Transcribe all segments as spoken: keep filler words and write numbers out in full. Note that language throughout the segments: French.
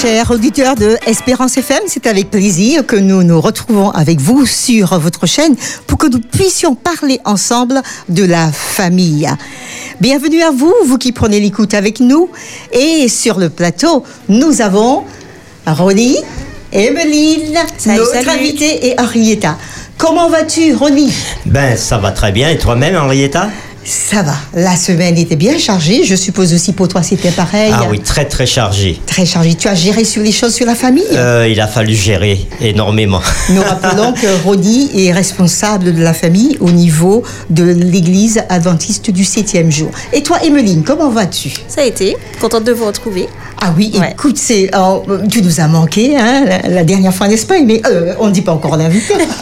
Chers auditeurs de Espérance F M, c'est avec plaisir que nous nous retrouvons avec vous sur votre chaîne pour que nous puissions parler ensemble de la famille. Bienvenue à vous, vous qui prenez l'écoute avec nous. Et sur le plateau, nous avons Ronnie, Emeline, salut, notre salut. invitée et Henrietta. Comment vas-tu, Ronnie? Ben, ça va très bien. Et toi-même, Henrietta? Ça va. La semaine était bien chargée. Je suppose aussi pour toi, c'était pareil. Ah oui, très très chargé. Très chargé. Tu as géré sur les choses sur la famille? Euh, il a fallu gérer énormément. Nous rappelons que Ronnie est responsable de la famille au niveau de l'église adventiste du septième jour. Et toi, Emeline, comment vas-tu? Ça a été. Contente de vous retrouver. Ah oui, Ouais. écoute, c'est, oh, tu nous as manqué hein, la, la dernière fois en Espagne, mais euh, on ne dit pas encore l'invité. mais,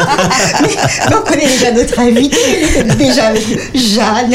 mais on connaît déjà notre invité, déjà avec Jeanne.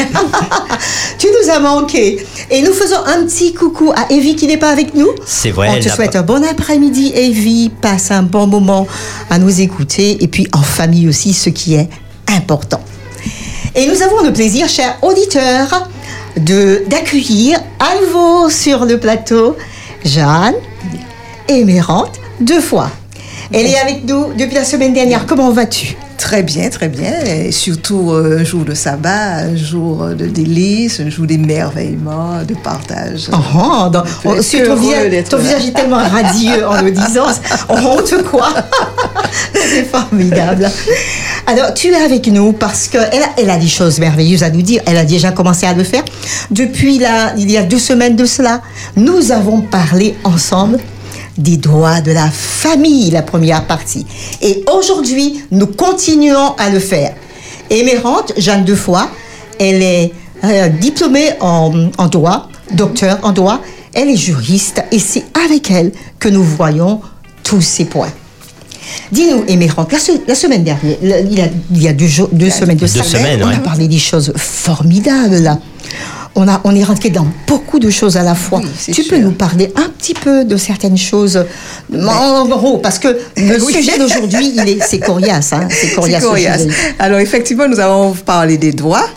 Tu nous as manqué. Et nous faisons un petit coucou à Evie qui n'est pas avec nous. C'est vrai. On te elle a souhaite pas- un bon après-midi, Evie. Passe un bon moment à nous écouter. Et puis en famille aussi, ce qui est important. Et nous avons le plaisir, chers auditeurs, de, d'accueillir à nouveau sur le plateau Jeanne Émérante deux fois. Elle est avec nous depuis la semaine dernière. Comment vas-tu? Très bien, très bien. Et surtout euh, un jour de sabbat, un jour de délices, un jour d'émerveillement, de partage. Oh, oh, dans- Je oh, suis sur ton, heureux visage, d'être ton là. visage est tellement radieux en le disant. Honte quoi? C'est formidable. Alors, tu es avec nous parce qu'elle a, elle a des choses merveilleuses à nous dire. Elle a déjà commencé à le faire. Depuis la, il y a deux semaines de cela, nous avons parlé ensemble des droits de la famille, la première partie. Et aujourd'hui, nous continuons à le faire. Émérante, Jeanne Defoy, elle est euh, diplômée en, en droit, docteur en droit, elle est juriste et c'est avec elle que nous voyons tous ces points. Dis-nous, Émérante, la, se- la semaine dernière, le- il y a, il y a deux, jours, deux semaines de deux ça, semaines, on ouais. a parlé des choses formidables là. On, a, on est rentré dans beaucoup de choses à la fois. Oui, c'est tu peux sûr. nous parler un petit peu de certaines choses en gros, parce que le Oui. sujet d'aujourd'hui, il est, c'est coriace. Hein, c'est coriace. C'est ce coriace. sujet. Alors effectivement, nous avons parlé des droits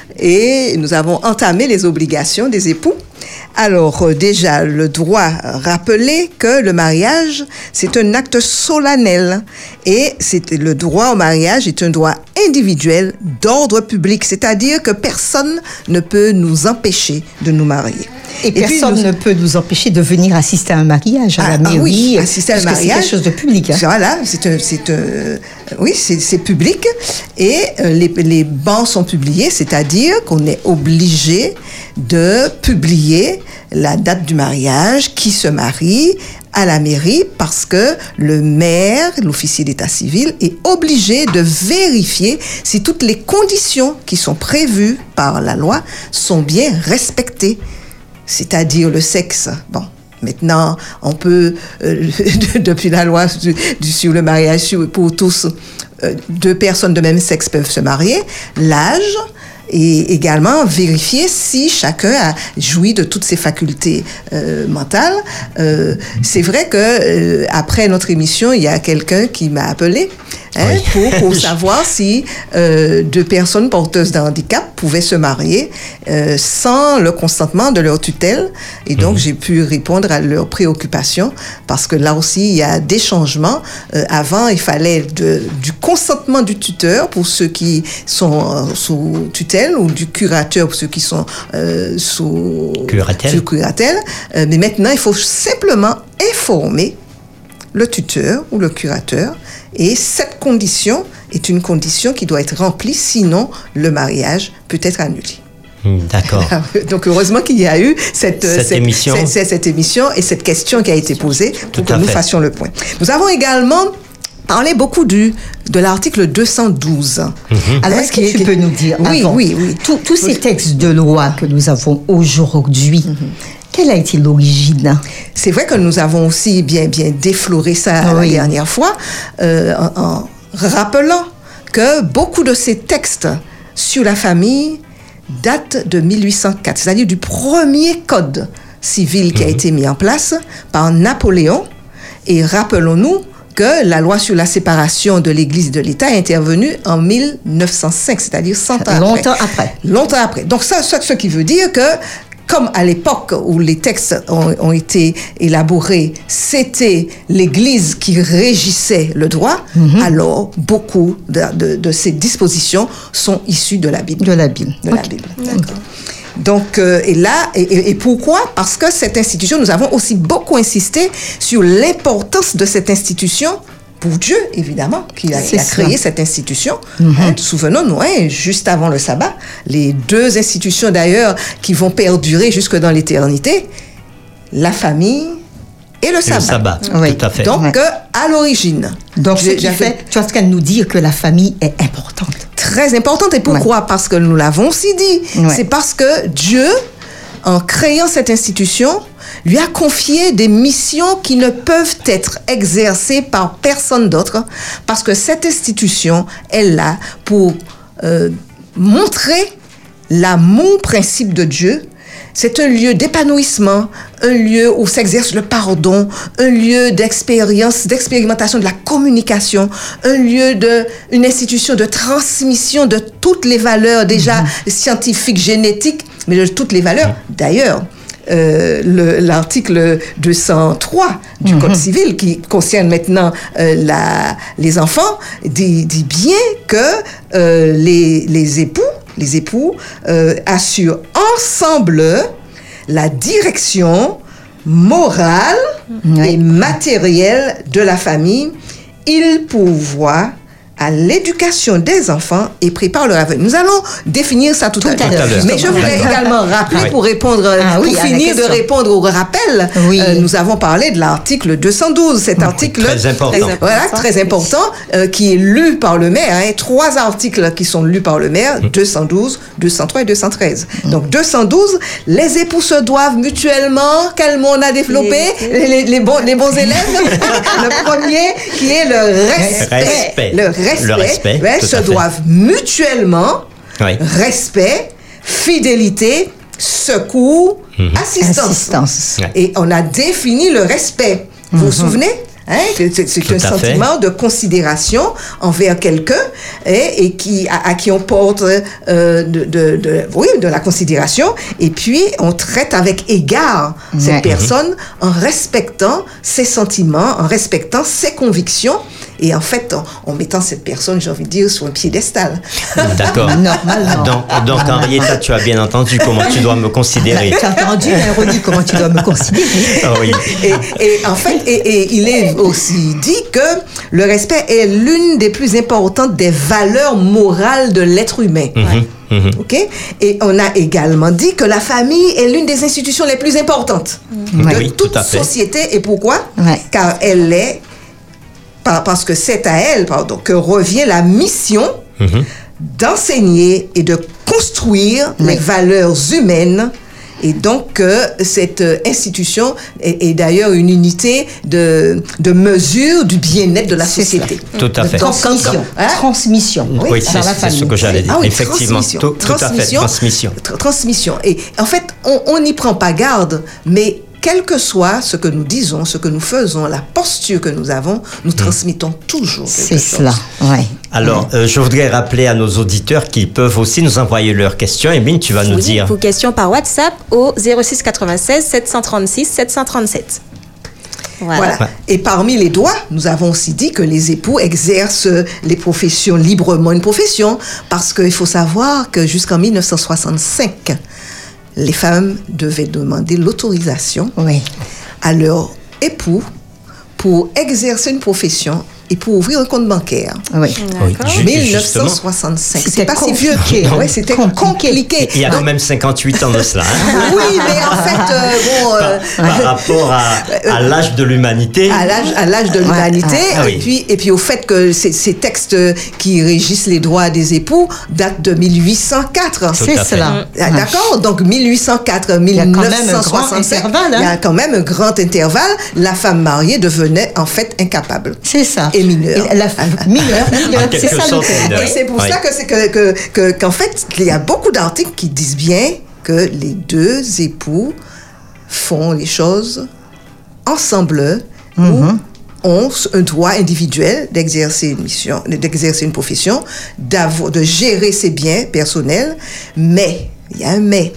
et nous avons entamé les obligations des époux. Alors euh, déjà, le droit rappeler que le mariage, c'est un acte solennel et c'est, le droit au mariage est un droit individuel d'ordre public, c'est-à-dire que personne ne peut nous empêcher de nous marier. Et, puis, personne nous- ne peut nous empêcher de venir assister à un mariage à Ah, la ah mairie. oui, assister à un parce que mariage. c'est quelque chose de public. Hein. Voilà, c'est un, c'est un- oui, c'est, c'est public et euh, les, les bans sont publiés, c'est-à-dire qu'on est obligé de publier la date du mariage, qui se marie à la mairie parce que le maire, l'officier d'état civil, est obligé de vérifier si toutes les conditions qui sont prévues par la loi sont bien respectées, c'est-à-dire le sexe. Bon. Maintenant, on peut, euh, depuis la loi du, du- sur le mariage sur- pour tous, euh, deux personnes de même sexe peuvent se marier, l'âge, et également vérifier si chacun a joui de toutes ses facultés euh, mentales. Euh, c'est vrai que euh, après notre émission, il y a quelqu'un qui m'a appelé hein, Oui. pour, pour savoir si euh, deux personnes porteuses d'un handicap pouvaient se marier euh, sans le consentement de leur tutelle. Et donc, Mhm. j'ai pu répondre à leurs préoccupations parce que là aussi, il y a des changements. Euh, avant, il fallait de, du consentement du tuteur pour ceux qui sont euh, sous tutelle ou du curateur pour ceux qui sont euh, sous Curatelle. sous curatelle. Euh, mais maintenant, il faut simplement informer le tuteur ou le curateur et cette condition est une condition qui doit être remplie, sinon le mariage peut être annulé. Hmm, D'accord. Donc heureusement qu'il y a eu cette, Cette émission. cette, cette- cette émission et cette question qui a été posée pour Tout que à nous fait. fassions le point. Nous avons également parlé beaucoup du, de l'article deux cent douze. Alors, Hein, est-ce qui que est- tu peux nous dire Oui, avant, oui, oui. Tous, tous ces textes de loi que nous avons aujourd'hui, quelle a été l'origine? C'est vrai que nous avons aussi bien, bien défloré ça Oui. la dernière fois, euh, en, en rappelant que beaucoup de ces textes sur la famille datent de mille huit cent quatre, c'est-à-dire du premier code civil qui a été mis en place par Napoléon. Et rappelons-nous que la loi sur la séparation de l'Église et de l'État est intervenue en mille neuf cent cinq, c'est-à-dire cent ans Longtemps après. après. Longtemps après. Donc ça, ça, ce qui veut dire que comme à l'époque où les textes ont, ont été élaborés, c'était l'Église qui régissait le droit, mm-hmm. alors beaucoup de, de, de ces dispositions sont issues de la Bible. De la Bible. De okay. la Bible. D'accord. Donc, euh, et là, et, et pourquoi? Parce que cette institution, nous avons aussi beaucoup insisté sur l'importance de cette institution pour Dieu, évidemment, qui a, qui a créé cette institution. Mm-hmm. Hein, souvenons-nous, hein, juste avant le sabbat, les deux institutions d'ailleurs qui vont perdurer jusque dans l'éternité, la famille et le sabbat. Le sabbat, oui. tout à fait. Donc, ouais. euh, à l'origine. Donc, ce qui fait, tu vois, ce qu'elle nous dit que la famille est importante. Très importante. Et pourquoi? Ouais. Parce que nous l'avons aussi dit. Ouais. C'est parce que Dieu, en créant cette institution, lui a confié des missions qui ne peuvent être exercées par personne d'autre, parce que cette institution est là pour euh, montrer l'amour principe de Dieu. C'est un lieu d'épanouissement, un lieu où s'exerce le pardon, un lieu d'expérience, d'expérimentation de la communication, un lieu de, une institution de transmission de toutes les valeurs déjà mm-hmm. scientifiques, génétiques, mais de toutes les valeurs. D'ailleurs, euh, le, l'article deux cent trois du mm-hmm. Code civil qui concerne maintenant euh, la, les enfants dit, dit bien que euh, les, les époux Les époux euh, assurent ensemble la direction morale oui. et matérielle de la famille. Ils pourvoient à l'éducation des enfants et préparent leur avenir. Nous allons définir ça tout, tout à, à l'heure. l'heure. Mais je voudrais également rappeler, ah, pour répondre, ah, oui, pour finir de répondre au rappel, oui. euh, nous avons parlé de l'article deux cent douze, cet article très important, très, voilà, très important euh, qui est lu par le maire. Hein, trois articles qui sont lus par le maire, mmh. deux cent douze, deux cent trois et deux cent treize. Mmh. Donc deux cent douze, les époux se doivent mutuellement, quel mot on a développé, les, les, les, bons, les bons élèves. Le premier qui est le respect. respect. Le respect. Respect, le respect ouais, se doivent mutuellement oui. respect, fidélité, secours, mm-hmm. assistance. assistance. Ouais. Et on a défini le respect. Vous mm-hmm. vous souvenez? Hein, c'est, c'est un sentiment fait. de considération envers quelqu'un et, et qui, à, à qui on porte euh, de, de, de, oui, de la considération, et puis on traite avec égard cette ouais. personne en respectant ses sentiments, en respectant ses convictions, et en fait en, en mettant cette personne, j'ai envie de dire, sur un piédestal. D'accord. Normalement. Donc, donc Henrietta, tu as bien entendu comment tu dois me considérer. Tu as entendu, Hérodie, comment tu dois me considérer. Oh oui. Et, et en fait, et, et il est aussi dit que le respect est l'une des plus importantes des valeurs morales de l'être humain. Mm-hmm. Mm-hmm. Okay? Et on a également dit que la famille est l'une des institutions les plus importantes mm-hmm. de oui, toute société. Et pourquoi? Ouais. Car elle est, parce que c'est à elle, pardon, que revient la mission mm-hmm. d'enseigner et de construire oui. les valeurs humaines. Et donc, euh, cette euh, institution est, est d'ailleurs une unité de, de mesure du bien-être de la c'est société. Ça. Tout à fait. Transmission. Hein? Transmission. Oui, oui c'est, c'est ce que j'allais dire. Ah oui, effectivement. Tout, tout à fait. Transmission. Tr- transmission. Et en fait, on n'y prend pas garde, mais quel que soit ce que nous disons, ce que nous faisons, la posture que nous avons, nous mmh. transmettons toujours quelque C'est chose. cela, oui. Alors, euh, je voudrais rappeler à nos auditeurs qu'ils peuvent aussi nous envoyer leurs questions. Émile, tu vas oui, nous dire. Vos questions par WhatsApp au zéro six quatre-vingt-seize sept cent trente-six sept cent trente-sept. Voilà. voilà. Ouais. Et parmi les droits, nous avons aussi dit que les époux exercent les professions librement, une profession, parce qu'il faut savoir que jusqu'en dix-neuf cent soixante-cinq, les femmes devaient demander l'autorisation oui. à leur époux pour exercer une profession et pour ouvrir un compte bancaire. Oui. oui dix-neuf cent soixante-cinq. C'était c'est pas compliqué. si vieux. Ouais, c'était compliqué. compliqué. Il y a quand même cinquante-huit ans de cela. Hein. Oui, mais en fait, euh, bon... Euh, par, par rapport à, à l'âge de l'humanité. À l'âge, à l'âge de l'humanité. Ah, ah, et, oui. puis, et puis au fait que ces, ces textes qui régissent les droits des époux datent de mille huit cent quatre. Tout c'est cela. Ah, d'accord? Donc mille huit cent quatre, dix-neuf cent soixante-cinq. Il y a quand même un grand intervalle. La femme mariée devenait en fait incapable. C'est ça. Et mineure. Et la mineure, mineure. C'est ça. Et c'est pour oui. ça que c'est que, que, que, qu'en fait, il y a beaucoup d'articles qui disent bien que les deux époux font les choses ensemble mm-hmm. ou ont un droit individuel d'exercer une mission, d'exercer une profession, d'avoir, de gérer ses biens personnels, mais, il y a un mais,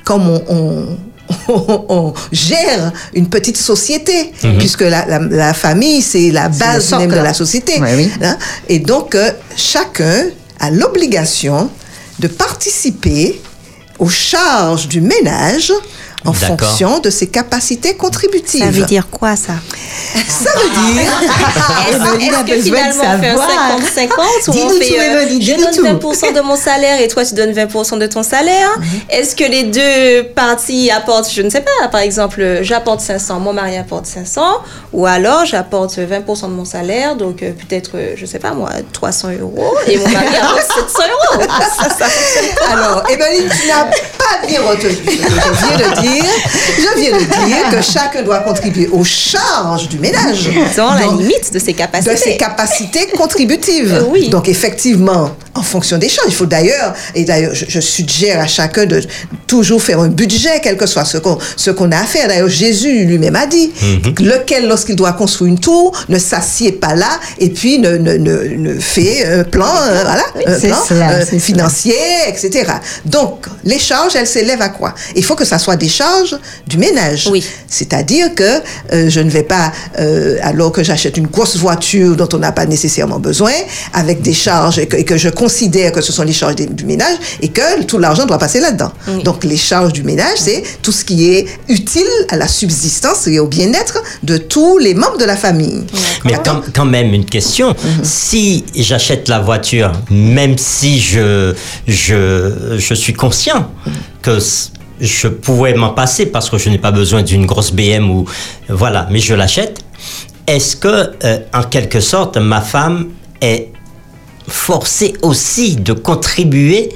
comme on, on On, on gère une petite société, mmh. puisque la, la, la famille, c'est la base c'est même de la société. Oui, oui. Hein? Et donc, euh, chacun a l'obligation de participer aux charges du ménage en D'accord. fonction de ses capacités contributives. Ça veut dire quoi, ça? Ça veut dire... Est-ce, est-ce que finalement on fait un cinquante cinquante ou on fait euh, je donne vingt pour cent de mon salaire et toi tu donnes vingt pour cent de ton salaire? Mm-hmm. Est-ce que les deux parties apportent, je ne sais pas, par exemple, j'apporte cinq cents, mon mari apporte cinq cents, ou alors j'apporte vingt pour cent de mon salaire, donc euh, peut-être, euh, je ne sais pas moi, trois cents euros, et mon mari apporte sept cents euros. ça, ça Alors, Emeline, tu n'as pas bien retenu ce que je viens de dire. Je viens de dire que chacun doit contribuer aux charges du ménage. Dans la Donc, limite de ses capacités. De ses capacités contributives. Euh, oui. Donc, effectivement, en fonction des charges, il faut d'ailleurs, et d'ailleurs, je, je suggère à chacun de toujours faire un budget, quel que soit ce qu'on, ce qu'on a à faire. D'ailleurs, Jésus lui-même a dit, mm-hmm. lequel, lorsqu'il doit construire une tour, ne s'assied pas là et puis ne, ne, ne, ne fait un plan, euh, voilà, oui, un plan cela, euh, financier, cela. et cetera. Donc, les charges, elles s'élèvent à quoi? Il faut que ça soit des charges du ménage. Oui. C'est-à-dire que euh, je ne vais pas, euh, alors que j'achète une grosse voiture dont on n'a pas nécessairement besoin, avec des charges, et que, et que je considère que ce sont les charges des, du ménage, et que tout l'argent doit passer là-dedans. Oui. Donc, les charges du ménage, c'est tout ce qui est utile à la subsistance et au bien-être de tous les membres de la famille. Mais quand, quand même, une question. Mm-hmm. Si j'achète la voiture, même si je, je, je suis conscient que je pouvais m'en passer parce que je n'ai pas besoin d'une grosse B M ou voilà, mais je l'achète. Est-ce que, euh, en quelque sorte, ma femme est forcée aussi de contribuer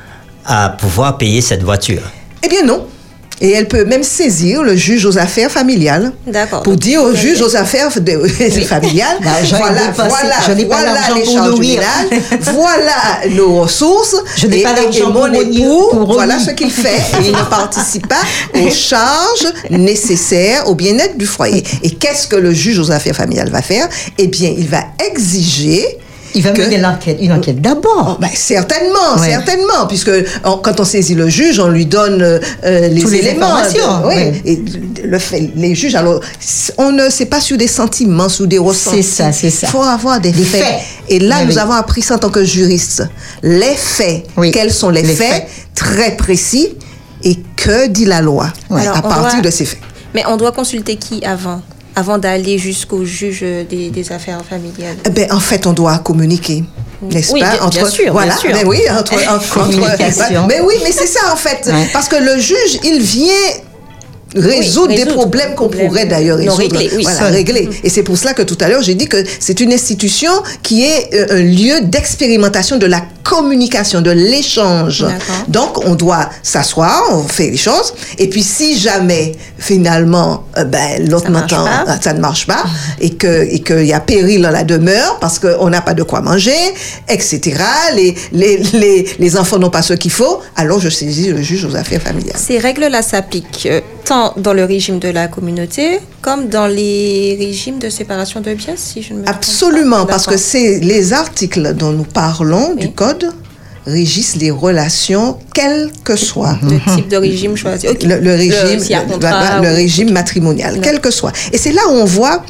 à pouvoir payer cette voiture? Eh bien non. Et elle peut même saisir le juge aux affaires familiales. D'accord. Pour dire au juge aux affaires de, oui. familiales, bah, voilà, voilà, je n'ai voilà pas les charges du ménage, voilà nos ressources, je n'ai et, pas et, et mon époux, voilà ce qu'il fait. Et il ne participe pas aux charges nécessaires au bien-être du foyer. Et qu'est-ce que le juge aux affaires familiales va faire? Eh bien, il va exiger... Il va mener l'enquête, une enquête d'abord. Oh, ben, certainement, ouais. certainement, puisque on, quand on saisit le juge, on lui donne euh, les Toutes éléments. Les informations. De, oui, ouais. Et le fait, les juges, alors, on ne sait pas sur des sentiments, sur des ressentis. C'est ça, c'est ça. Il faut avoir des, des faits. faits. Et là, oui, nous oui. avons appris ça en tant que juristes. Les faits, oui. quels sont les, les faits, faits très précis, et que dit la loi ouais. alors, à partir doit... de ces faits. Mais on doit consulter qui avant avant d'aller jusqu'au juge des, des affaires familiales? Ben, en fait, on doit communiquer, n'est-ce oui, pas? bien, entre, bien sûr, voilà, bien sûr. Mais oui, entre, entre, communication. Entre, mais oui, mais c'est ça en fait, ouais. Parce que le juge, il vient résoudre, oui, résoudre des problèmes qu'on problème. pourrait d'ailleurs résoudre, régler, oui, voilà, régler. Et c'est pour cela que tout à l'heure j'ai dit que c'est une institution qui est euh, un lieu d'expérimentation de la communication, de l'échange. D'accord. Donc on doit s'asseoir, on fait les choses, et puis si jamais finalement euh, ben l'autre m'entend, ça ne marche pas, et que et qu'il y a péril dans la demeure parce qu'on n'a pas de quoi manger, et cetera. Les les les les enfants n'ont pas ce qu'il faut, alors je saisis le juge aux affaires familiales. Ces règles-là s'appliquent euh, tant dans le régime de la communauté comme dans les régimes de séparation de biens, si je ne me trompe pas. Absolument, parce que c'est les articles dont nous parlons oui. du Code régissent les relations, quel que soit le type de régime choisi. Okay. Le, le régime, le, le, contrat, le, le régime matrimonial, non. quel que soit. Et c'est là où on voit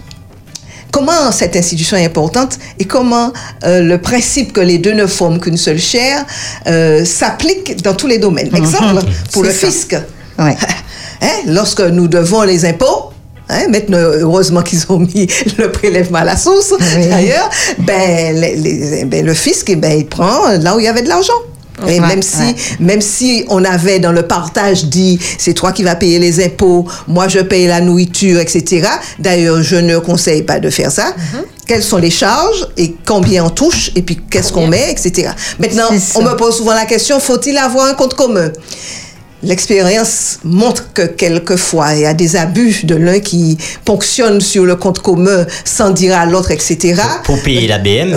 comment cette institution est importante et comment euh, le principe que les deux ne forment qu'une seule chair euh, s'applique dans tous les domaines. Mm-hmm. Exemple, pour c'est le ça. fisc. Ouais. Hein, lorsque nous devons les impôts, hein, maintenant, heureusement qu'ils ont mis le prélèvement à la source, oui. d'ailleurs, ben, les, les, ben, le fisc, eh ben, il prend là où il y avait de l'argent. Et ouais, même si, ouais. même si on avait dans le partage dit, c'est toi qui vas payer les impôts, moi je paye la nourriture, et cetera. D'ailleurs, je ne conseille pas de faire ça. Mm-hmm. Quelles sont les charges et combien on touche et puis qu'est-ce combien? qu'on met, et cetera. Maintenant, on me pose souvent la question, faut-il avoir un compte commun? L'expérience montre que quelquefois, il y a des abus de l'un qui ponctionne sur le compte commun sans dire à l'autre, et cetera. Pour payer la B M.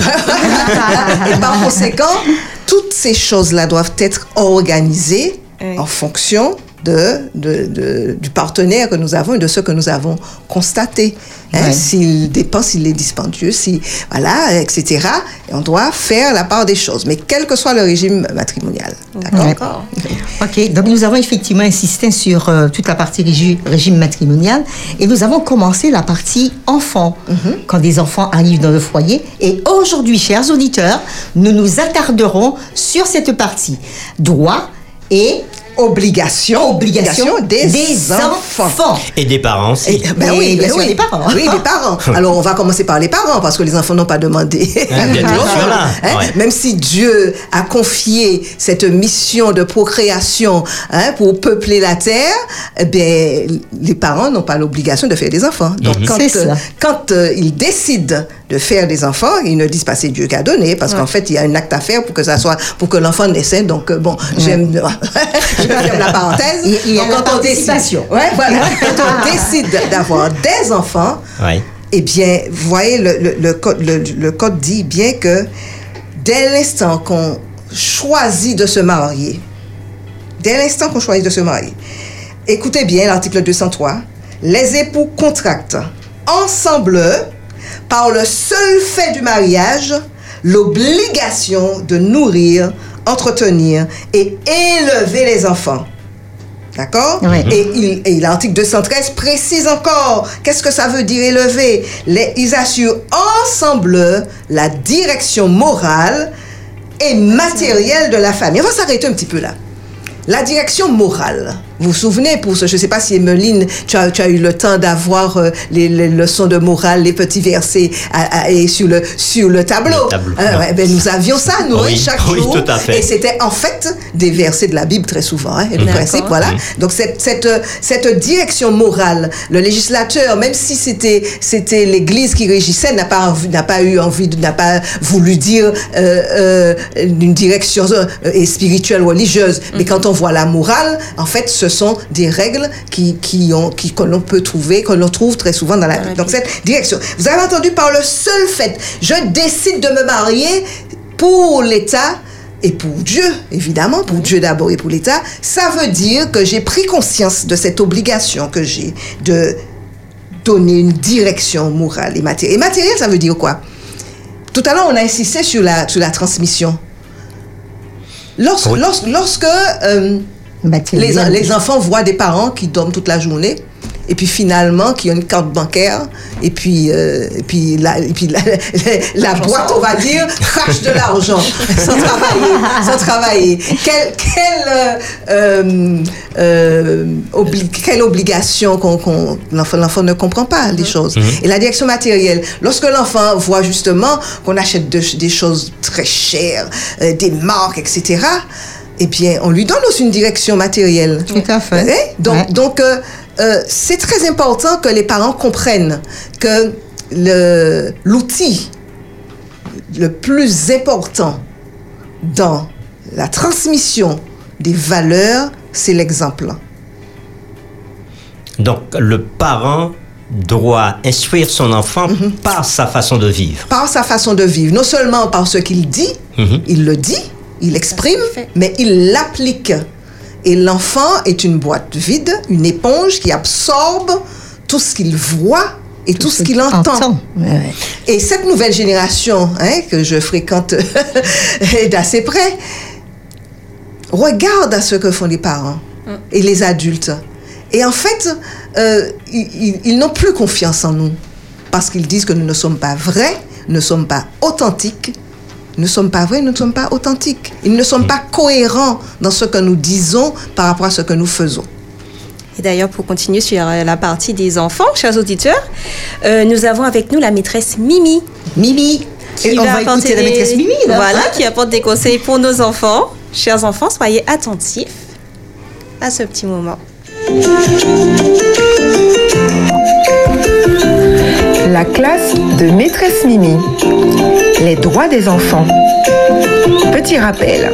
Et par conséquent, toutes ces choses-là doivent être organisées oui. en fonction de, de, de, du partenaire que nous avons et de ce que nous avons constaté. Hein, ouais. S'il dépense, s'il est dispendieux, si, voilà, et cetera. Et on doit faire la part des choses, mais quel que soit le régime matrimonial. D'accord, D'accord. Ok, donc nous avons effectivement insisté sur euh, toute la partie régi- régime matrimonial et nous avons commencé la partie enfants, mm-hmm. quand des enfants arrivent dans le foyer. Et aujourd'hui, chers auditeurs, nous nous attarderons sur cette partie droit et Obligation, obligation des, des enfants. enfants. Et des parents aussi. Et, ben et oui, bien ben sûr, oui. des parents. Oui, des parents. Alors, on va commencer par les parents, parce que les enfants n'ont pas demandé. Ah, bien sûr, là. Hein? Ouais. Même si Dieu a confié cette mission de procréation, hein, pour peupler la terre, eh bien, les parents n'ont pas l'obligation de faire des enfants. Donc, mm-hmm. quand, euh, quand euh, ils décident de faire des enfants, ils ne disent pas c'est Dieu qui a donné, parce ouais. qu'en fait, il y a un acte à faire pour que ça soit, pour que l'enfant naisse. Donc, euh, bon, ouais. j'aime... Je ferme la parenthèse. Il, il y a Donc, la quand on décide, ouais, voilà, quand on décide d'avoir des enfants, ouais. eh bien, vous voyez, le, le, le, code, le, le code dit bien que dès l'instant qu'on choisit de se marier, dès l'instant qu'on choisit de se marier, écoutez bien l'article deux cent trois, les époux contractent ensemble, par le seul fait du mariage, l'obligation de nourrir, entretenir et élever les enfants. D'accord? Oui. Et, il, et l'article deux cent treize précise encore qu'est-ce que ça veut dire élever. Les, ils assurent ensemble la direction morale et matérielle de la famille. On va s'arrêter un petit peu là. La direction morale. Vous vous souvenez, pour ce, je ne sais pas si Emeline, tu as, tu as eu le temps d'avoir euh, les, les leçons de morale, les petits versets à, à, et sur, le, sur le tableau. Le tableau euh, ouais, ben, nous avions ça, nous, oui, chaque oui, jour. Tout à fait. Et c'était en fait des versets de la Bible très souvent. Hein, et le principe, voilà. Mmh. Donc cette, cette, cette direction morale, le législateur, même si c'était, c'était l'Église qui régissait, n'a pas, envie, n'a pas eu envie, n'a pas voulu dire euh, euh, une direction euh, spirituelle ou religieuse. Mmh. Mais quand on voit la morale, en fait, ce sont des règles qui, qui ont, qui, que l'on peut trouver, que l'on trouve très souvent dans la Bible. Donc, cette direction. Vous avez entendu par le seul fait, je décide de me marier pour l'État et pour Dieu, évidemment, pour Dieu d'abord et pour l'État, ça veut dire que j'ai pris conscience de cette obligation que j'ai de donner une direction morale et matérielle. Et matérielle, ça veut dire quoi? Tout à l'heure, on a insisté sur la, sur la transmission. Lorsque, oui. lorsque, lorsque euh, les, les enfants voient des parents qui dorment toute la journée, et puis finalement qui ont une carte bancaire, et puis, euh, et puis, la, et puis la, la, la boîte, on va dire, crache de l'argent sans travailler. sans travailler. Quelle, quelle, euh, euh, obli- quelle obligation qu'on, qu'on, l'enfant, l'enfant ne comprend pas les choses. Mm-hmm. Et la direction matérielle, lorsque l'enfant voit justement qu'on achète de, des choses très chères, euh, des marques, et cetera, eh bien, on lui donne aussi une direction matérielle. Tout à fait. Eh? Donc, ouais. donc euh, euh, c'est très important que les parents comprennent que le, l'outil le plus important dans la transmission des valeurs, c'est l'exemple. Donc, le parent doit instruire son enfant mm-hmm. par sa façon de vivre. Par sa façon de vivre. Non seulement par ce qu'il dit, mm-hmm. il le dit, il l'exprime, mais il l'applique. Et l'enfant est une boîte vide, une éponge qui absorbe tout ce qu'il voit et tout, tout ce qu'il entend. entend. Ouais. Et cette nouvelle génération, hein, que je fréquente d'assez près, regarde à ce que font les parents mm. et les adultes. Et en fait, euh, ils, ils, ils n'ont plus confiance en nous parce qu'ils disent que nous ne sommes pas vrais, ne sommes pas authentiques. Nous ne sommes pas vrais, nous ne sommes pas authentiques. Ils ne sont pas cohérents dans ce que nous disons par rapport à ce que nous faisons. Et d'ailleurs, pour continuer sur la partie des enfants, chers auditeurs, euh, nous avons avec nous la maîtresse Mimi. Mimi qui Et va on va écouter des... la maîtresse Mimi, là. Voilà, qui apporte des conseils pour nos enfants. Chers enfants, soyez attentifs à ce petit moment. La classe de maîtresse Mimi. Les droits des enfants. Petit rappel.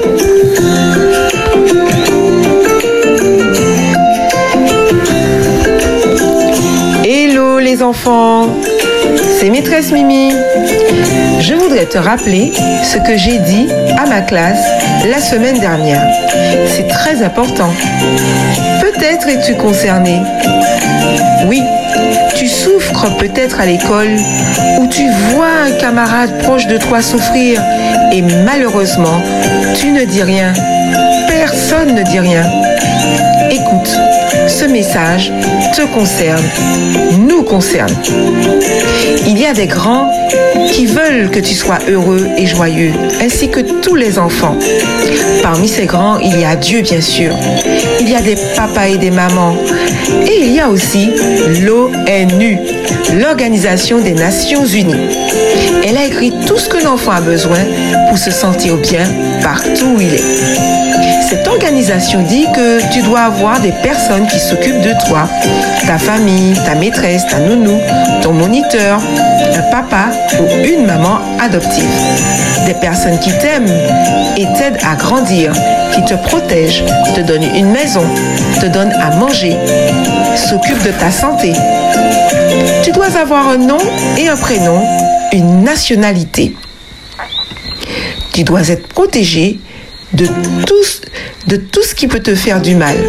Hello les enfants, c'est maîtresse Mimi. Je voudrais te rappeler ce que j'ai dit à ma classe la semaine dernière. C'est très important. Peut-être Peut-être es-tu concerné. Oui, tu souffres peut-être à l'école ou tu vois un camarade proche de toi souffrir et malheureusement, tu ne dis rien. Personne ne dit rien. Écoute, ce message te concerne, nous concerne. Il y a des grands qui veulent que tu sois heureux et joyeux, ainsi que tous les enfants. Parmi ces grands, il y a Dieu, bien sûr. Il y a des papas et des mamans. Et il y a aussi l'O N U, l'Organisation des Nations Unies. Elle a écrit tout ce que l'enfant a besoin pour se sentir bien partout où il est. Cette organisation dit que tu dois avoir des personnes qui s'occupent de toi, ta famille, ta maîtresse, ta nounou, ton moniteur, un papa ou une maman adoptive. Des personnes qui t'aiment et t'aident à grandir, qui te protègent, te donnent une maison, te donnent à manger, s'occupent de ta santé. Tu dois avoir un nom et un prénom, une nationalité. Tu dois être protégé de tout, de tout ce qui peut te faire du mal.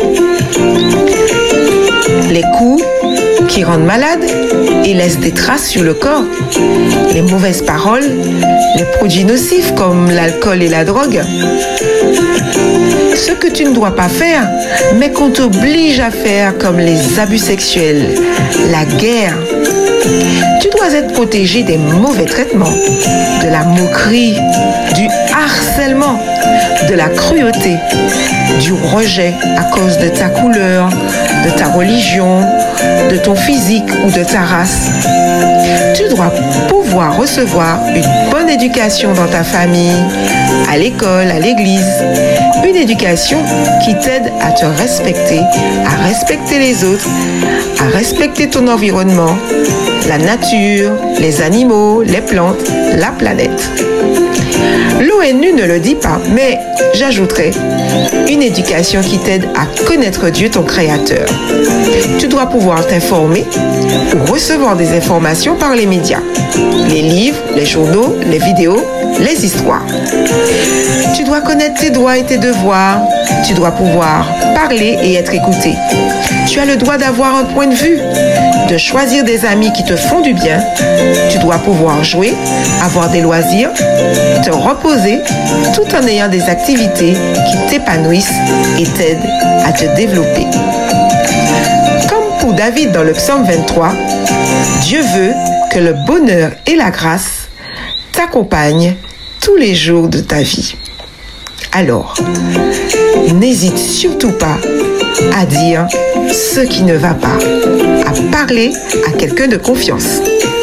Les coups qui rendent malade et laissent des traces sur le corps, les mauvaises paroles, les produits nocifs comme l'alcool et la drogue. Ce que tu ne dois pas faire, mais qu'on t'oblige à faire, comme les abus sexuels, la guerre. Tu dois être protégé des mauvais traitements, de la moquerie, du harcèlement, de la cruauté, du rejet à cause de ta couleur, de ta religion, de ton physique ou de ta race. Tu dois pouvoir recevoir une bonne éducation dans ta famille, à l'école, à l'église. Une éducation qui t'aide à te respecter, à respecter les autres, à respecter ton environnement, la nature, les animaux, les plantes, la planète. L'O N U ne le dit pas, mais j'ajouterai une éducation qui t'aide à connaître Dieu, ton Créateur. Tu dois pouvoir t'informer ou recevoir des informations par les médias, les livres, les journaux, les vidéos, les histoires. Tu dois connaître tes droits et tes devoirs. Tu dois pouvoir parler et être écouté. Tu as le droit d'avoir un point de vue, de choisir des amis qui te font du bien. Tu dois pouvoir jouer, avoir des loisirs, te reposer, tout en ayant des activités qui t'épanouissent et t'aident à te développer. Comme pour David dans le psaume vingt-trois, Dieu veut que le bonheur et la grâce t'accompagnent tous les jours de ta vie. Alors, n'hésite surtout pas à dire ce qui ne va pas, à parler à quelqu'un de confiance.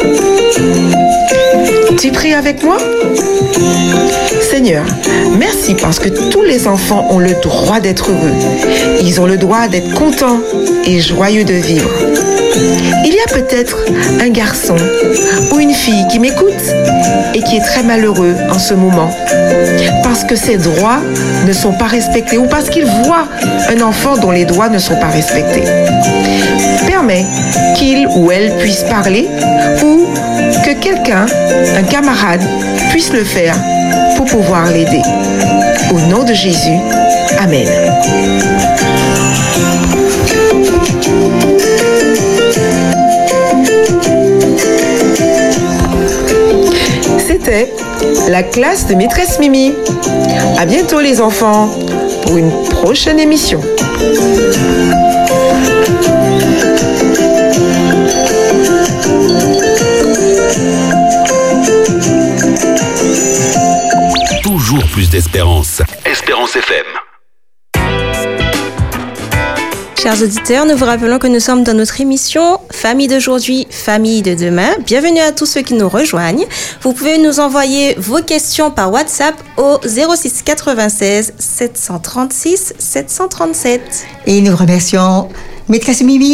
Tu pries avec moi? Seigneur, merci parce que tous les enfants ont le droit d'être heureux. Ils ont le droit d'être contents et joyeux de vivre. Il y a peut-être un garçon ou une fille qui m'écoute et qui est très malheureux en ce moment parce que ses droits ne sont pas respectés ou parce qu'il voit un enfant dont les droits ne sont pas respectés. Permets qu'il ou elle puisse parler ou que quelqu'un, un camarade, puisse le faire pour pouvoir l'aider. Au nom de Jésus, Amen. C'était la classe de maîtresse Mimi. À bientôt les enfants pour une prochaine émission. Toujours plus d'espérance. Espérance F M. Chers auditeurs, nous vous rappelons que nous sommes dans notre émission Famille d'aujourd'hui, Famille de demain. Bienvenue à tous ceux qui nous rejoignent. Vous pouvez nous envoyer vos questions par WhatsApp au zéro six quatre-vingt-seize sept cent trente-six sept cent trente-sept. Et nous remercions Maîtresse Mimi.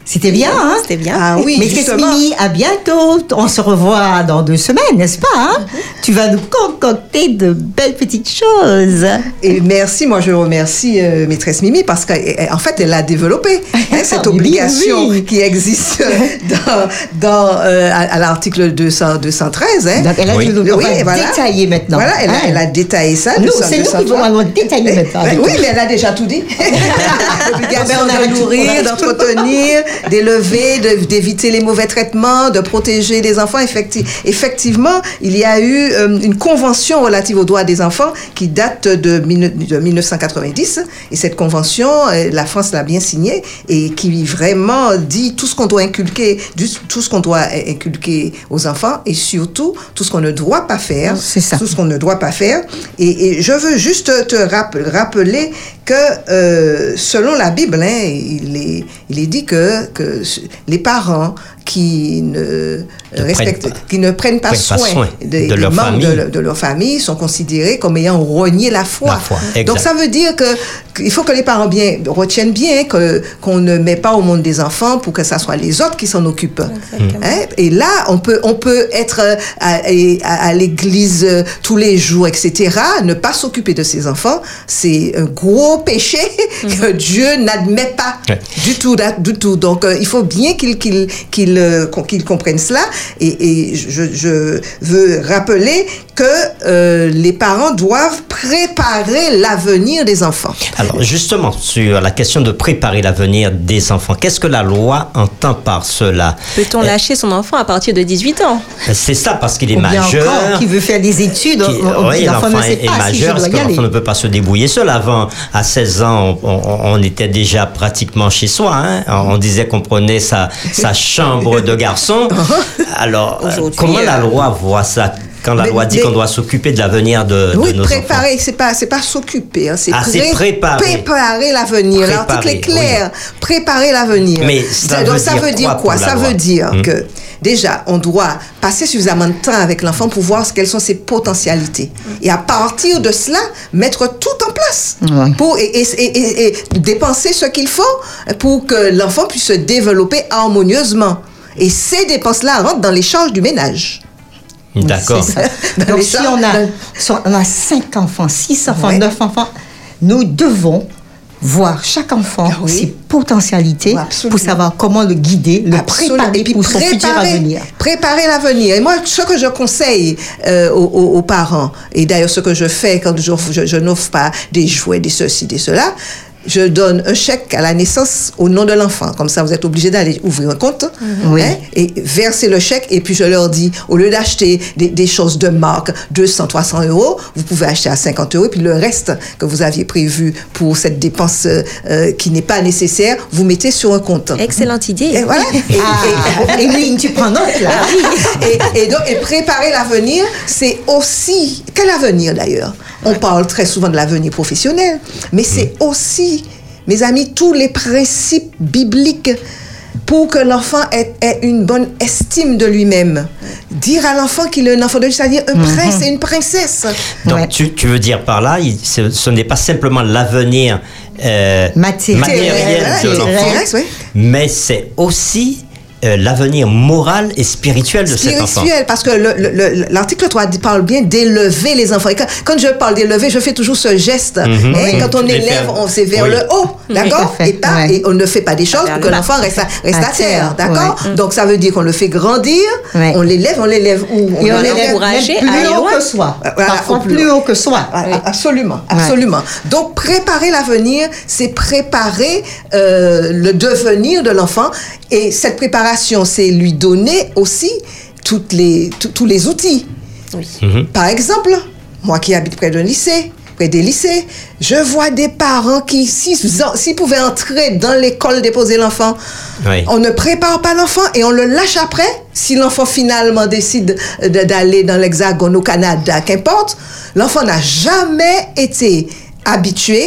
C'était bien, hein? C'était bien. Ah oui, Maîtresse Mimi, à bientôt. On se revoit dans deux semaines, n'est-ce pas, hein? Mm-hmm. Tu vas nous concocter de belles petites choses. Et merci, moi je remercie euh, Maîtresse Mimi parce qu'en fait, elle a développé hein, cette obligation oui, oui. qui existe dans, dans, euh, à, à l'article deux cents, deux cent treize. Hein. Donc, elle a oui. oui, voilà. détaillé maintenant. Voilà, elle, hein? a, elle a détaillé ça. Nous, c'est nous qui vont détailler maintenant. Ben, oui, mais elle a déjà tout dit. L'obligation de nourrir, d'entretenir, d'élever, de, d'éviter les mauvais traitements, de protéger les enfants. Effecti- effectivement, il y a eu euh, une convention relative aux droits des enfants qui date de, de mille neuf cent quatre-vingt-dix. Et cette convention, euh, la France l'a bien signée et qui vraiment dit tout ce qu'on doit inculquer, tout ce qu'on doit inculquer aux enfants et surtout tout ce qu'on ne doit pas faire. C'est ça. Tout ce qu'on ne doit pas faire. Et, et je veux juste te rapp- rappeler que euh, selon la Bible, hein, il, est, il est dit que, que les parents qui ne, respectent, prennent, qui ne prennent pas, soin, pas soin de, de, des leur membres famille. De, de leur famille sont considérés comme ayant renié la foi. La foi. Donc ça veut dire que il faut que les parents bien, retiennent bien que, qu'on ne met pas au monde des enfants pour que ça soit les autres qui s'en occupent. Hein? Et là, on peut, on peut être à, à, à l'église tous les jours, et cetera. Ne pas s'occuper de ses enfants, c'est un gros péché mm-hmm. que Dieu n'admet pas ouais. du tout, du tout. Donc, euh, il faut bien qu'il, qu'il, qu'il, euh, qu'il comprenne cela. Et, et je, je veux rappeler que euh, les parents doivent préparer l'avenir des enfants. Alors, justement, sur la question de préparer l'avenir des enfants, qu'est-ce que la loi entend par cela? Peut-on euh, lâcher son enfant à partir de dix-huit ans? C'est ça, parce qu'il est Ou bien majeur. Encore, qui veut faire des études. Qui, on, oui, l'enfant, l'enfant ne sait est, pas est majeur, si parce que l'enfant ne peut pas se débrouiller seul. Avant, à seize ans, on, on, on était déjà pratiquement chez soi. Hein? On disait qu'on prenait sa, sa chambre de garçon. Alors, euh, comment euh... la loi voit ça? Quand la mais, loi dit mais, qu'on doit s'occuper de l'avenir de, oui, de nos préparer, enfants. c'est pas, c'est pas s'occuper, hein, c'est, ah, pré- c'est préparer. préparer l'avenir. Préparer, l'article est clair, oui. préparer l'avenir. Mais ça, donc, veut, ça dire veut dire quoi? Ça veut dire hum. que déjà, on doit passer suffisamment de temps avec l'enfant pour voir quelles sont ses potentialités. Hum. Et à partir de cela, mettre tout en place hum. pour, et, et, et, et, et dépenser ce qu'il faut pour que l'enfant puisse se développer harmonieusement. Et ces dépenses-là rentrent dans les charges du ménage. D'accord. Donc, si on a, si on a cinq enfants, six enfants, ouais. neuf enfants, nous devons voir chaque enfant, oui. ses potentialités, oui, pour savoir comment le guider, le absolument. préparer et puis pour préparer, son futur avenir. Préparer l'avenir. Et moi, ce que je conseille euh, aux, aux, aux parents, et d'ailleurs ce que je fais quand je, je, je n'offre pas des jouets, des ceci, des cela, je donne un chèque à la naissance au nom de l'enfant. Comme ça, vous êtes obligé d'aller ouvrir un compte mmh. oui. hein, et verser le chèque. Et puis, je leur dis, au lieu d'acheter des, des choses de marque, deux cents, trois cents euros, vous pouvez acheter à cinquante euros. Et puis, le reste que vous aviez prévu pour cette dépense euh, qui n'est pas nécessaire, vous mettez sur un compte. Excellente idée. Et voilà. Et, ah, et, et, et tu prends note, là. et, et, donc, et préparer l'avenir, c'est aussi... Quel avenir, d'ailleurs? On parle très souvent de l'avenir professionnel, mais c'est aussi, mes amis, tous les principes bibliques pour que l'enfant ait, ait une bonne estime de lui-même. Dire à l'enfant qu'il est un enfant de Dieu, c'est-à-dire un mm-hmm. prince et une princesse. Donc, ouais. tu, tu veux dire par là, il, ce, ce n'est pas simplement l'avenir euh, matériel, matériel de l'enfant, oui. mais c'est aussi... Euh, l'avenir moral et spirituel de spirituel, cet enfant. Spirituel, parce que le, le, l'article trois parle bien d'élever les enfants. Et quand, quand je parle d'élever, je fais toujours ce geste. Mm-hmm. Hein, quand on élève, faire... on c'est vers oui. le haut, d'accord et, pas, ouais. et on ne fait pas des choses pour que l'enfant reste à, reste à, à terre, d'accord ouais. Donc ça veut dire qu'on le fait grandir, ouais. on l'élève, on l'élève où on, et on l'élève plus haut que soi. Voilà, Parfois plus, plus haut que soi. Oui. Absolument, absolument. Ouais. Donc préparer l'avenir, c'est préparer euh, le devenir de l'enfant. Et cette préparation, c'est lui donner aussi toutes les, t- tous les outils. Oui. Mm-hmm. Par exemple, moi qui habite près d'un lycée, près des lycées, je vois des parents qui, s'ils, s'ils pouvaient entrer dans l'école, déposer l'enfant, oui. on ne prépare pas l'enfant et on le lâche après. Si l'enfant finalement décide de, d'aller dans l'Hexagone, au Canada, qu'importe, l'enfant n'a jamais été habitué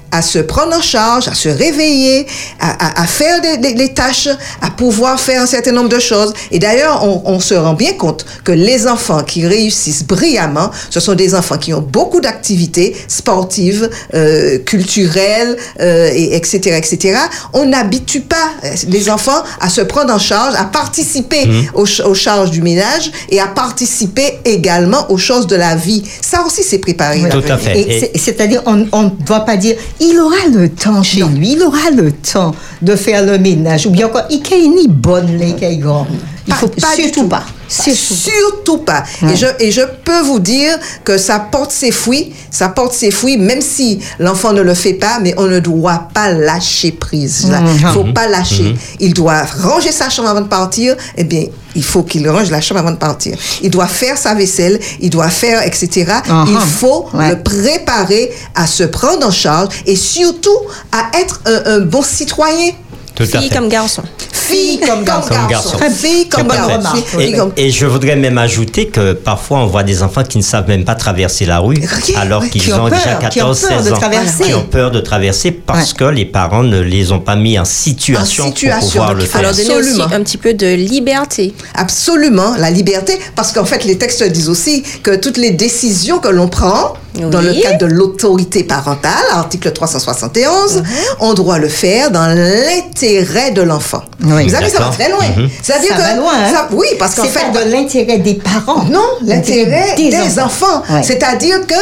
à se prendre en charge, à se réveiller, à, à, à faire des, des, des tâches, à pouvoir faire un certain nombre de choses. Et d'ailleurs, on, on se rend bien compte que les enfants qui réussissent brillamment, ce sont des enfants qui ont beaucoup d'activités sportives, euh, culturelles, euh, et, etc., et cetera. On n'habitue pas les enfants à se prendre en charge, à participer mmh. aux, aux charges du ménage et à participer également aux choses de la vie. Ça aussi, c'est préparé. Tout à fait. Et c'est, c'est-à-dire, on ne doit pas dire, il aura le temps chez non. lui, il aura le temps de faire le ménage, ou bien quoi, il n'est pas bonne, il est grand. Il faut pas, pas surtout du tout. pas. Surtout, surtout pas. pas. Ouais. Et, je, et je peux vous dire que ça porte ses fruits, ça porte ses fruits, même si l'enfant ne le fait pas, mais on ne doit pas lâcher prise. Il ne faut pas lâcher. Mm-hmm. Il doit ranger sa chambre avant de partir. Eh bien, il faut qu'il range la chambre avant de partir. Il doit faire sa vaisselle, il doit faire, et cetera. Uh-huh. Il faut ouais. le préparer à se prendre en charge et surtout à être un, un bon citoyen. Tout Fille comme garçon. Fille comme, comme garçon. garçon. Fille comme garçon. Et, et je voudrais même ajouter que parfois on voit des enfants qui ne savent même pas traverser la rue, alors oui, qu'ils ont, ont déjà quatorze seize ans, qui ont peur de traverser parce ouais. que les parents ne les ont pas mis en situation, en situation pour pouvoir le faire. Alors donner aussi un petit peu de liberté. Absolument, la liberté, parce qu'en fait les textes disent aussi que toutes les décisions que l'on prend, oui. dans le cadre de l'autorité parentale, article trois cent soixante et onze, mm-hmm. on doit le faire dans l'intérêt de l'enfant. Oui. Vous savez, ça va très loin. Mm-hmm. C'est-à-dire ça que, va loin. Hein? Ça, oui, parce qu'en c'est fait... C'est pas de l'intérêt des parents. Non, l'intérêt, l'intérêt des, des enfants. enfants. Ouais. C'est-à-dire que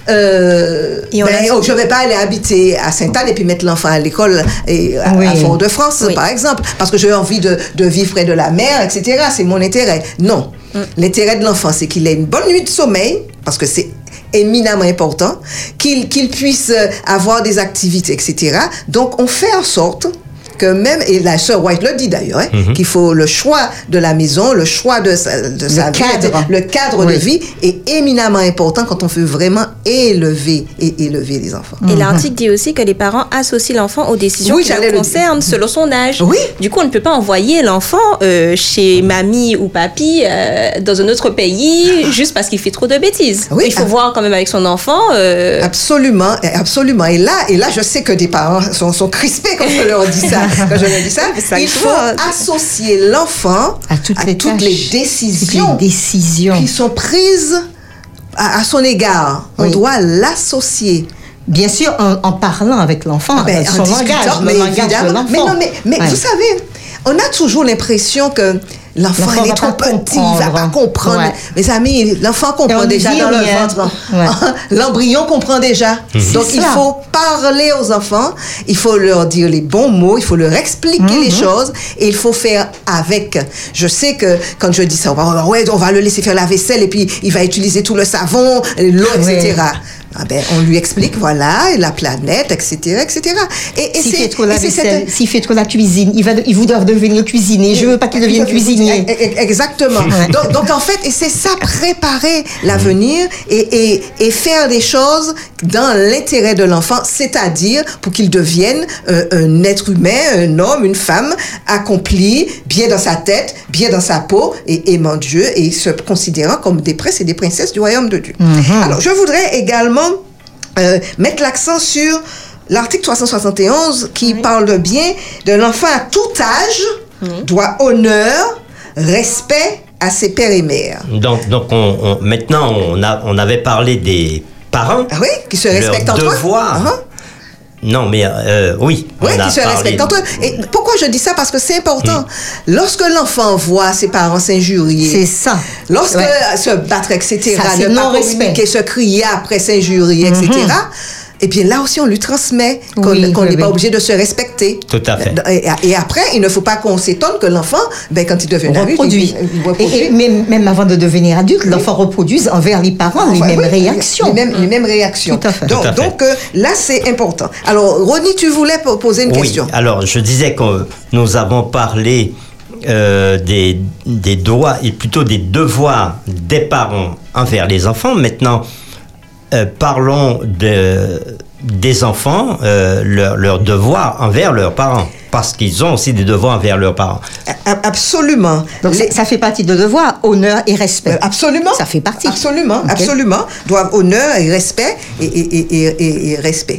euh, ben, oh, je ne vais pas aller habiter à Sainte-Anne et puis mettre l'enfant à l'école et à, oui. à Fort-de-France, oui. par exemple, parce que j'ai envie de, de vivre près de la mer, et cetera. C'est mon intérêt. Non. Mm. L'intérêt de l'enfant, c'est qu'il ait une bonne nuit de sommeil, parce que c'est éminemment important, qu'il, qu'il puisse avoir des activités, et cetera. Donc, on fait en sorte que même, et la sœur White le dit d'ailleurs, hein, mm-hmm. qu'il faut le choix de la maison, le choix de sa, de sa le cadre, vie, le cadre oui. de vie est éminemment important quand on veut vraiment élever et élever les enfants. Et mm-hmm. l'article dit aussi que les parents associent l'enfant aux décisions oui, qui le concernent selon son âge. Oui. Du coup, on ne peut pas envoyer l'enfant euh, chez mamie ou papy euh, dans un autre pays juste parce qu'il fait trop de bêtises. Oui, Il faut ab- voir quand même avec son enfant. Euh... Absolument, absolument. Et là, et là, je sais que des parents sont, sont crispés quand je leur dis ça. Quand je leur dis ça, ça il faut associer l'enfant à toutes, à les, toutes les décisions, toutes les décisions qui sont prises à, à son égard. Oui. On doit l'associer. Bien sûr, en, en parlant avec l'enfant, ah ben, son langage, mais le langage de l'enfant. Mais non, mais, mais ouais. vous savez, on a toujours l'impression que l'enfant, l'enfant il est trop petit, il va pas comprendre. Ouais. Mes amis, l'enfant comprend déjà dans le ventre. Ouais. L'embryon comprend déjà. Mmh. Donc, il faut parler aux enfants, il faut leur dire les bons mots, il faut leur expliquer mmh. les choses et il faut faire avec. Je sais que quand je dis ça, on va, ouais, on va le laisser faire la vaisselle et puis il va utiliser tout le savon, l'eau, et cetera. Ouais. Ah ben, on lui explique, voilà, la planète, et cetera, et cetera. Et, et s'il c'est, fait trop la vaisselle, cette... s'il fait trop la cuisine, il va, il vous doit devenir cuisinier. Je veux pas qu'il devienne cuisinier. Exactement. Ouais. Donc, donc, en fait, et c'est ça, préparer l'avenir et, et, et faire des choses dans l'intérêt de l'enfant, c'est-à-dire pour qu'il devienne euh, un être humain, un homme, une femme accompli, bien dans sa tête, bien dans sa peau et aimant Dieu et se considérant comme des princes et des princesses du royaume de Dieu. Mm-hmm. Alors, je voudrais également Euh, mettre l'accent sur l'article trois cent soixante et onze qui oui. parle de bien de l'enfant à tout âge oui. doit honneur, respect à ses pères et mères. Donc, donc on, on, maintenant, on, a, on avait parlé des parents. Ah oui, qui se respectent entre eux. Devoir. Uh-huh. Non, mais euh, oui. Oui, qui se respectent entre eux. Et pourquoi je dis ça? Parce que c'est important. Mmh. Lorsque l'enfant voit ses parents s'injurier, c'est ça. Lorsque ouais. se battre, et cetera, ça, ne pas communiquer, se crier après s'injurier, mmh. et cetera. Et bien là aussi, on lui transmet qu'on oui, qu'on n'est oui, pas oui. obligé de se respecter. Tout à fait. Et, et après, il ne faut pas qu'on s'étonne que l'enfant, ben, quand il devient adulte, reproduit. Il, il reproduit. Et, et même, même avant de devenir adulte, oui. l'enfant reproduise envers les parents les, enfin, mêmes oui, réactions. Les mêmes, les mêmes réactions. Tout à fait. Donc, Tout à fait. donc euh, là, c'est important. Alors, Ronnie, tu voulais poser une oui. question. Alors, je disais que nous avons parlé euh, des, des droits, et plutôt des devoirs des parents envers les enfants. Maintenant, euh, parlons de... des enfants, euh, leurs leur devoirs envers leurs parents, parce qu'ils ont aussi des devoirs envers leurs parents. Absolument. Donc Les... ça fait partie de devoirs, honneur et respect. Euh, absolument. Ça fait partie. Absolument, okay. absolument. Doivent honneur et respect et, et, et, et, et respect.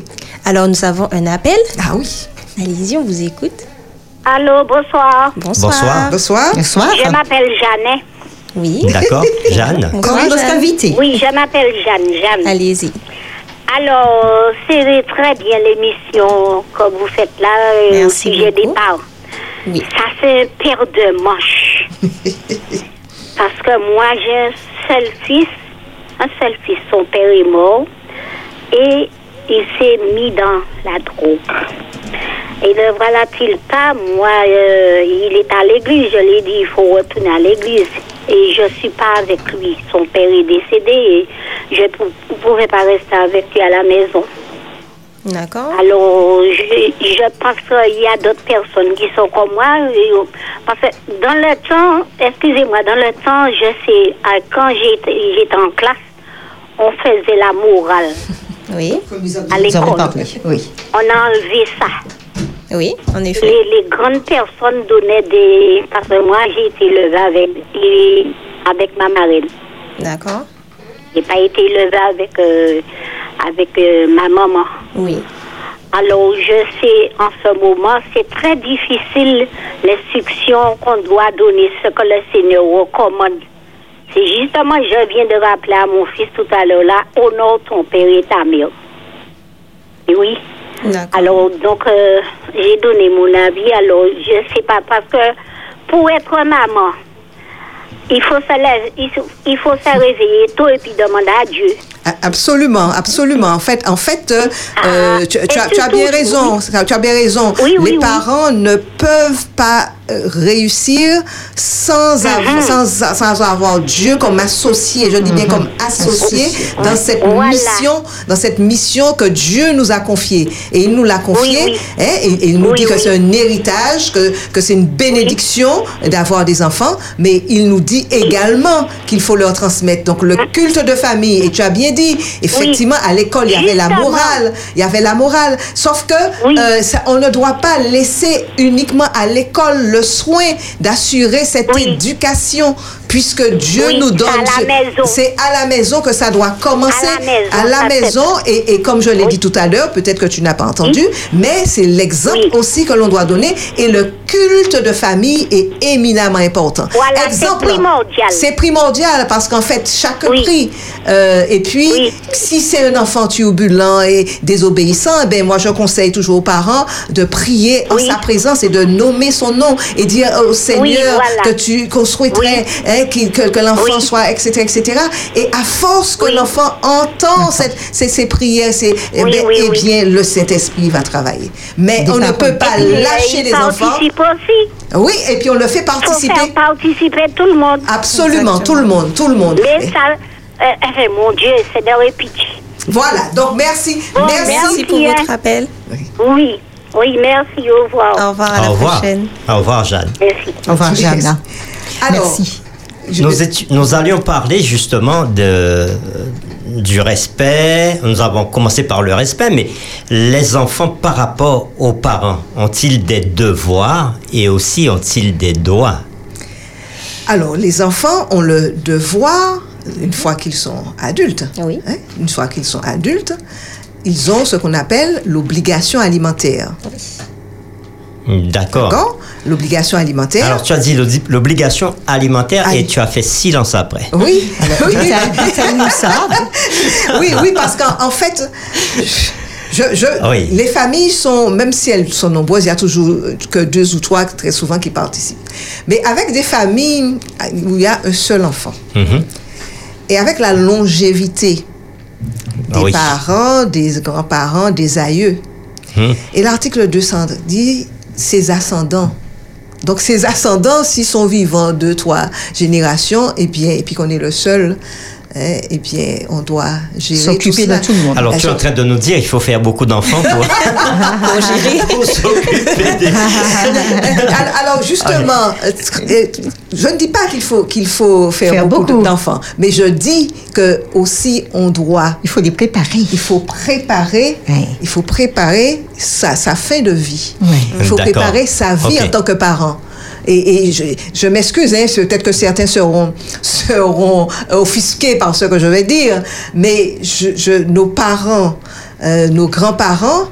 Alors, nous avons un appel. Ah oui. Allez-y, on vous écoute. Allô, bonsoir. Bonsoir. Bonsoir. Bonsoir. Bonsoir. Je m'appelle Jeanne. Oui. D'accord. Jeanne. Comment est notre invité? Oui, je m'appelle Jeanne. Jeanne. Allez-y. Alors, c'est très bien l'émission que vous faites là euh, au sujet des parents. Oui. Ça, c'est un père de manche. Parce que moi, j'ai un seul fils. Un seul fils. Son père est mort. Et il s'est mis dans la drogue. Et le voilà-t-il pas, moi, euh, il est à l'église. Je lui ai dit, il faut retourner à l'église. Et je suis pas avec lui. Son père est décédé et je ne pouvais pas rester avec lui à la maison. D'accord. Alors, je, je pense qu'il y a d'autres personnes qui sont comme moi. Et, parce que dans le temps, excusez-moi, dans le temps, je sais, quand j'étais, j'étais en classe, on faisait la morale. Oui. À l'école. Oui. On a enlevé ça. Oui, en effet. Les, les grandes personnes donnaient des... Parce que moi, j'ai été élevée avec, avec ma marraine. D'accord. Je n'ai pas été élevée avec, euh, avec euh, ma maman. Oui. Alors, je sais, en ce moment, c'est très difficile l'instruction qu'on doit donner, ce que le Seigneur recommande. C'est justement, je viens de rappeler à mon fils tout à l'heure, là, honore ton père et ta mère. Et oui. D'accord. Alors, donc, euh, j'ai donné mon avis. Alors, je sais pas, parce que pour être maman, il faut se lever, il faut, il faut se réveiller tôt et puis demander à Dieu. Absolument, absolument. En fait, en fait, euh, Ah, tu, et tu as, tu as surtout, bien raison. Tu as bien raison. Oui, oui, Les oui. parents ne peuvent pas euh, réussir sans, avoir, sans, sans avoir Dieu comme associé. Je dis bien comme associé dans cette Voilà. mission, dans cette mission que Dieu nous a confiée. Et il nous l'a confiée. Oui, oui. Hein, et, et il nous Oui, dit que oui. c'est un héritage, que, que c'est une bénédiction d'avoir des enfants. Mais il nous dit également qu'il faut leur transmettre. Donc le culte de famille. Et tu as bien dit, effectivement, à l'école, il y avait la Justement. morale. Il y avait la morale. Sauf que Oui. euh, ça, on ne doit pas laisser uniquement à l'école le soin d'assurer cette Oui. éducation, puisque Dieu Oui, nous donne. à la maison. C'est à la maison que ça doit commencer. À la maison, À la ça, c'est- maison. Et, et comme je l'ai Oui. dit tout à l'heure, peut-être que tu n'as pas entendu, mais c'est l'exemple Oui. aussi que l'on doit donner. Et le culte de famille est éminemment important. Voilà, c'est primordial. C'est primordial parce qu'en fait, chaque Oui. prix. euh, et puis, Oui. si c'est un enfant turbulent et désobéissant, eh ben moi, je conseille toujours aux parents de prier en Oui. sa présence et de nommer son nom et dire au Seigneur voilà. que tu qu'on souhaiterait Oui. hein, qu'il- que, que l'enfant Oui. soit, et cetera, et cetera. Et à force que Oui. l'enfant entend cette, ces, ces prières, ces, eh Oui, ben, oui, eh oui. bien, le Saint-Esprit va travailler. Mais Des on ne paroles. peut pas Et puis, lâcher euh, les il enfants. participe aussi. Oui, et puis on le fait Il faut participer. faire participer tout le monde. Absolument, tout le monde, tout le monde. Mais ça, euh, euh, mon Dieu, c'est de répéter. Voilà, donc merci. Bon, merci. Merci pour Merci, votre hein. appel. Oui, oui, merci, au revoir. Au revoir, à la Au revoir. prochaine. Au revoir, Jeanne. Merci. Au revoir, Jeanne. Alors, Merci. je- Nous, étu- nous allions parler justement de, du respect. Nous avons commencé par le respect, mais les enfants par rapport aux parents, ont-ils des devoirs et aussi ont-ils des droits? alors, les enfants ont le devoir, une fois qu'ils sont adultes, Oui. hein, une fois qu'ils sont adultes, ils ont ce qu'on appelle l'obligation alimentaire. D'accord. D'accord? L'obligation alimentaire. Alors, tu as dit l'odi- l'obligation alimentaire Aïe. et tu as fait silence après. oui, oui, Dites-nous ça. oui, oui, parce qu'en en fait, je, je, Oui. les familles sont, même si elles sont nombreuses, il y a toujours que deux ou trois très souvent qui participent. Mais avec des familles où il y a un seul enfant, Mhm. et avec la longévité des Oui. parents, des grands-parents, des aïeux, Mhm. et l'article deux cents dit ses ascendants. Donc, ces ascendants, s'ils sont vivants deux, trois générations, et bien, et puis qu'on est le seul, hein, et bien, on doit gérer tout S'occuper cela. de tout le monde. Alors, Elles tu es en sont- train de nous dire qu'il faut faire beaucoup d'enfants pour, Pour gérer. pour s'occuper des... Alors justement, euh, je ne dis pas qu'il faut qu'il faut faire, Faire beaucoup, beaucoup. d'enfants, mais je dis que aussi on doit, Il faut les préparer. il faut préparer, Ouais. il faut préparer sa, sa fin de vie. Ouais. Il faut D'accord. préparer sa vie Ok. en tant que parent. Et, et je, je m'excuse, hein, c'est peut-être que certains seront, seront offusqués par ce que je vais dire, mais je, je, nos parents, euh, nos grands-parents,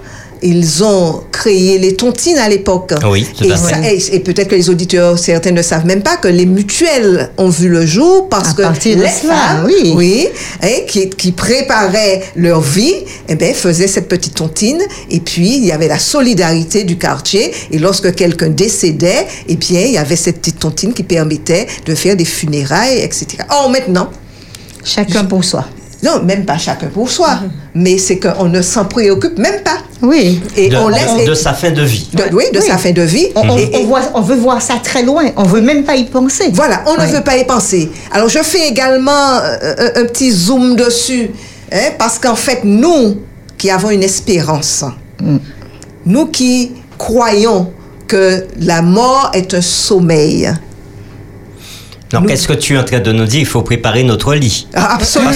ils ont créé les tontines à l'époque. Oui, tout et, à fait. ça, et, et peut-être que les auditeurs, certains ne savent même pas que les mutuelles ont vu le jour parce à que partir de les cela, femmes, oui, oui et qui, qui préparaient leur vie, eh ben, faisaient cette petite tontine. Et puis, il y avait la solidarité du quartier. Et lorsque quelqu'un décédait, eh bien, il y avait cette petite tontine qui permettait de faire des funérailles, et cetera. Or, maintenant... Chacun pour soi. Non, même pas chacun pour soi. Mm-hmm. Mais c'est qu'on ne s'en préoccupe même pas. Oui. Et de, on laisse, de et, sa fin de vie. De, oui, de oui. sa fin de vie. On, on, et, on, voit, on veut voir ça très loin. On ne veut même pas y penser. Voilà, on ouais. ne veut pas y penser. Alors, je fais également un, un petit zoom dessus. Hein, parce qu'en fait, nous qui avons une espérance, mm. nous qui croyons que la mort est un sommeil. Donc, nous... qu'est-ce que tu es en train de nous dire? Il faut préparer notre lit. Ah, absolument.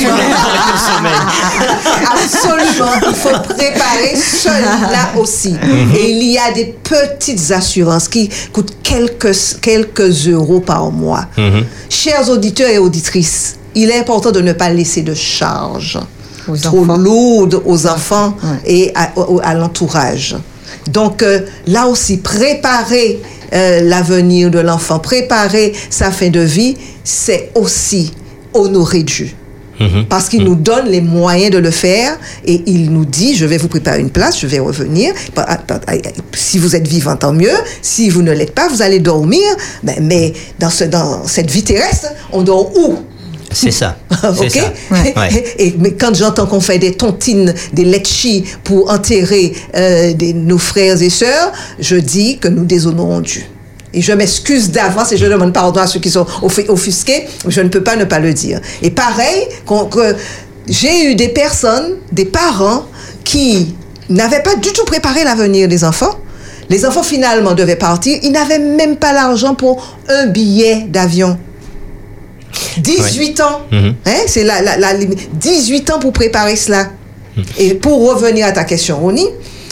Absolument. Il faut préparer ce lit-là aussi. Mm-hmm. Et il y a des petites assurances qui coûtent quelques, quelques euros par mois. Mm-hmm. Chers auditeurs et auditrices, il est important de ne pas laisser de charge aux trop enfants. lourde aux enfants ouais. et à, à, à l'entourage. Donc, euh, là aussi, préparer euh, l'avenir de l'enfant, préparer sa fin de vie, c'est aussi honorer Dieu. Mmh. Parce qu'il mmh. nous donne les moyens de le faire et il nous dit, je vais vous préparer une place, je vais revenir. Si vous êtes vivant, tant mieux. Si vous ne l'êtes pas, vous allez dormir. Mais, mais dans, ce, dans cette vie terrestre, on dort où? C'est ça. C'est okay? ça. Ouais. Et, et mais quand j'entends qu'on fait des tontines, des letchis pour enterrer euh, des, nos frères et sœurs, je dis que nous déshonorons Dieu. Et je m'excuse d'avance et je demande pardon à ceux qui sont offusqués. Je ne peux pas ne pas le dire. Et pareil, que j'ai eu des personnes, des parents qui n'avaient pas du tout préparé l'avenir des enfants. Les enfants finalement devaient partir. Ils n'avaient même pas l'argent pour un billet d'avion. dix-huit ouais. ans, mm-hmm. hein, c'est la, la, la limite. dix-huit ans pour préparer cela. Mm-hmm. Et pour revenir à ta question, Ronnie,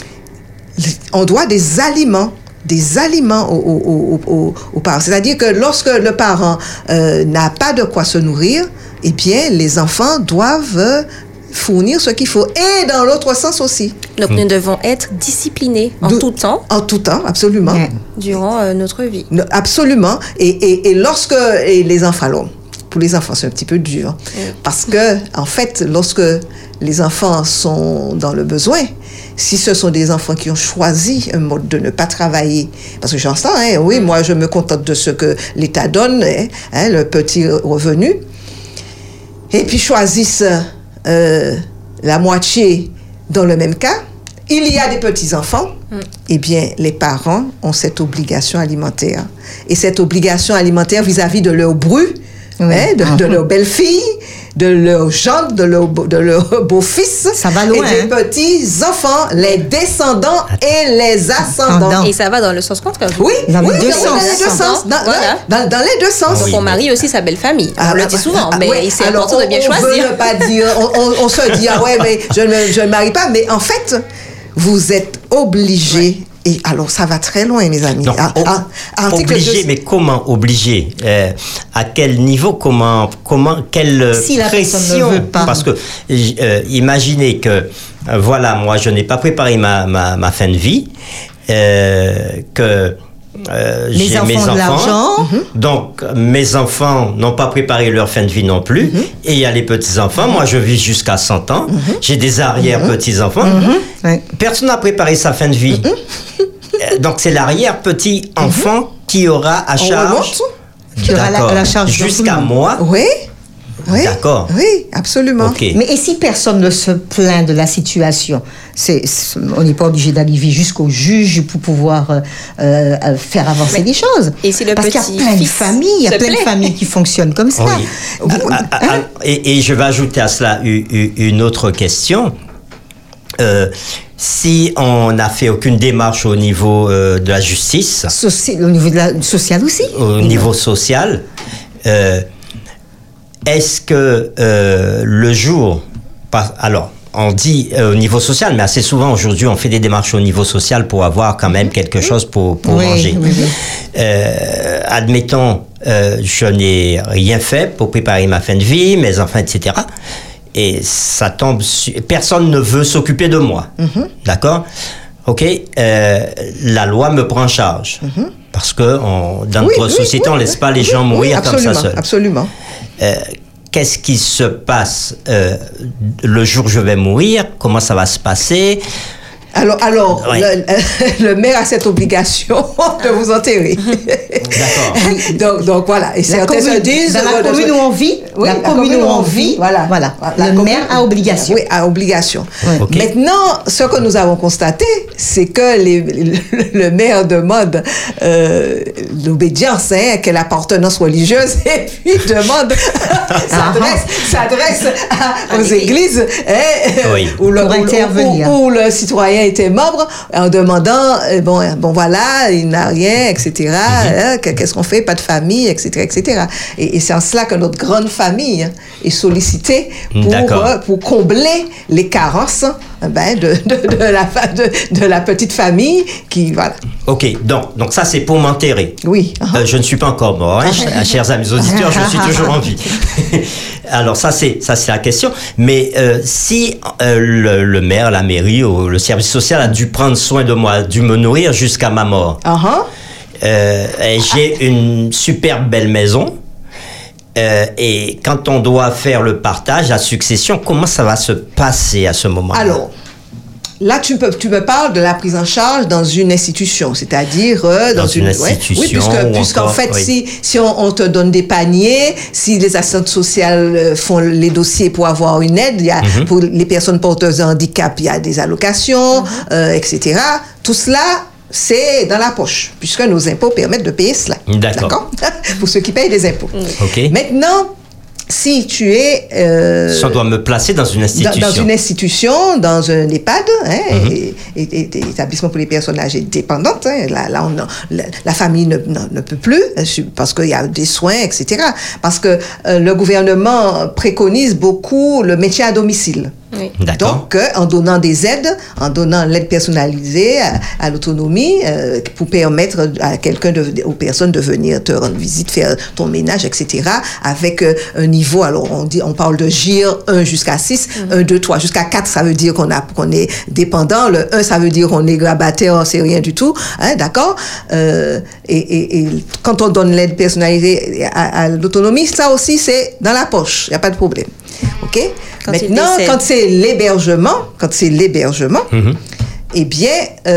on doit des aliments, des aliments aux, aux, aux, aux parents. C'est-à-dire que lorsque le parent euh, n'a pas de quoi se nourrir, eh bien, les enfants doivent fournir ce qu'il faut. Et dans l'autre sens aussi. Donc, nous devons être disciplinés en de, tout temps. En tout temps, absolument. Ouais. Durant euh, notre vie. Absolument. Et, et, et lorsque et les enfants... Alors, pour les enfants, c'est un petit peu dur. Mm. Parce que, en fait, lorsque les enfants sont dans le besoin, si ce sont des enfants qui ont choisi un mode de ne pas travailler, parce que j'entends, hein, oui, moi, je me contente de ce que l'État donne, hein, le petit revenu, et puis choisissent euh, la moitié dans le même cas, il y a des petits-enfants, mm. eh bien, les parents ont cette obligation alimentaire. Et cette obligation alimentaire vis-à-vis de leur bru, oui. hein, de, de leur belle-fille, de leur gendre, de leur, de leur beau-fils, ça va loin, et des hein. petits-enfants, les descendants et les ascendants. Et ça va dans le sens contraire. Oui, dans oui, les deux dans, sens. Dans les deux sens. Dans, voilà. dans, dans les deux sens. Donc, on marie aussi sa belle-famille. On ah, le dit souvent, ah, mais oui. c'est Alors, important on, de bien on choisir. Veut ne pas dire, on, on, on se dit, ah ouais, mais je ne, je ne marie pas. Mais en fait, vous êtes obligés. Ouais. Et alors, ça va très loin, mes amis. Donc, ah, ah, obligé, de... mais comment obligé euh, à quel niveau? Comment, comment quelle si pression? Ne veut pas. Parce que, euh, imaginez que, euh, voilà, moi, je n'ai pas préparé ma, ma, ma fin de vie, euh, que euh, les j'ai enfants mes de enfants. L'argent. Donc, mes enfants n'ont pas préparé leur fin de vie non plus. Mm-hmm. Et il y a les petits-enfants. Mm-hmm. Moi, je vis jusqu'à cent ans. Mm-hmm. J'ai des arrière-petits-enfants. Mm-hmm. Ouais. Personne n'a préparé sa fin de vie. Mm-hmm. Donc, c'est l'arrière-petit-enfant mm-hmm. qui aura à charge. Qui aura la, la charge jusqu'à moi. Oui. Oui, d'accord. Oui, absolument. Okay. Mais et si personne ne se plaint de la situation, c'est, c'est, on n'est pas obligé d'arriver jusqu'au juge pour pouvoir euh, euh, faire avancer mais, les choses. Et si le Parce qu'il y a plein de familles, il y a plein plaît. de familles qui fonctionnent comme ça. Oui. Hein? ah, ah, et, et je vais ajouter à cela une autre question. Euh, si on n'a fait aucune démarche au niveau euh, de la justice, Soci- au niveau de la sociale aussi, au niveau social. Euh, Est-ce que euh, le jour... Alors, on dit euh, au niveau social, mais assez souvent aujourd'hui, on fait des démarches au niveau social pour avoir quand même quelque chose pour, pour oui, manger. Oui, oui. Euh, admettons, euh, je n'ai rien fait pour préparer ma fin de vie, mes enfants, et cetera. Et ça tombe sur... Personne ne veut s'occuper de moi. Mm-hmm. D'accord ? OK, euh, la loi me prend en charge. Mm-hmm. Parce que on, dans oui, notre oui, société, oui, on ne laisse oui, pas les gens oui, mourir oui, comme ça seuls. Absolument. Euh, qu'est-ce qui se passe euh, le jour où je vais mourir? Comment ça va se passer? Alors, alors ouais. le, le maire a cette obligation de vous enterrer. D'accord. donc, donc voilà. Et certains se disent... Dans la commune où on vit, oui, la, la commune où on vit, voilà, voilà. La le commune, maire a obligation. Oui, a obligation. Ouais. Okay. Maintenant, ce que nous avons constaté, c'est que les, le, le maire demande euh, l'obédience, hein, quelle appartenance religieuse, et puis demande, s'adresse, s'adresse à, aux églises, hein, oui. où, le, où, où, où le citoyen était membre, en demandant, bon, bon voilà, il n'a rien, et cetera. Mm-hmm. Hein, qu'est-ce qu'on fait? Pas de famille, et cetera, et cetera. Et, et c'est en cela que notre grande famille hein, est sollicitée pour, euh, pour combler les carences ben, de, de, de, la, de, de la petite famille qui, voilà. OK, donc, donc ça, c'est pour m'enterrer. Oui. Uh-huh. Euh, je ne suis pas encore mort, hein, chers amis auditeurs, je suis toujours en vie. Alors ça c'est ça c'est la question. Mais euh, si euh, le, le maire, la mairie ou le service social a dû prendre soin de moi, a dû me nourrir jusqu'à ma mort. Uh-huh. Euh, j'ai une superbe belle maison. Euh, et quand on doit faire le partage, la succession, comment ça va se passer à ce moment-là? Alors, là, tu, peux, tu me parles de la prise en charge dans une institution, c'est-à-dire euh, dans, dans une, une Ouais, institution. oui, puisque, puisqu'en encore, fait, oui. si, si on, on te donne des paniers, si les assistantes sociales font les dossiers pour avoir une aide, il y a, mm-hmm. pour les personnes porteuses de handicap, il y a des allocations, mm-hmm. euh, et cetera. Tout cela, c'est dans la poche, puisque nos impôts permettent de payer cela. D'accord. D'accord? Pour ceux qui payent des impôts. Mm. OK. Maintenant, si tu es... Euh, ça doit me placer dans une institution. Dans, dans une institution, dans un EHPAD, hein, mm-hmm. et, et, et, et établissement pour les personnes âgées dépendantes. Hein, là, là on, la, la famille ne, ne, ne peut plus, parce qu'il y a des soins, et cetera. Parce que euh, le gouvernement préconise beaucoup le maintien à domicile. Oui. Donc, euh, en donnant des aides, en donnant l'aide personnalisée à, à l'autonomie, euh, pour permettre à quelqu'un, de, aux personnes de venir te rendre visite, faire ton ménage, et cetera, avec euh, un niveau, alors on dit, on parle de G I R un jusqu'à six, mm-hmm. un, deux, trois, jusqu'à quatre, ça veut dire qu'on, a, qu'on est dépendant, le un, ça veut dire qu'on est grabataire, c'est rien du tout, hein, d'accord? Euh, et, et, et quand on donne l'aide personnalisée à, à l'autonomie, ça aussi, c'est dans la poche, il n'y a pas de problème. OK? Quand Maintenant, quand c'est l'hébergement, quand c'est l'hébergement, mm-hmm. eh bien,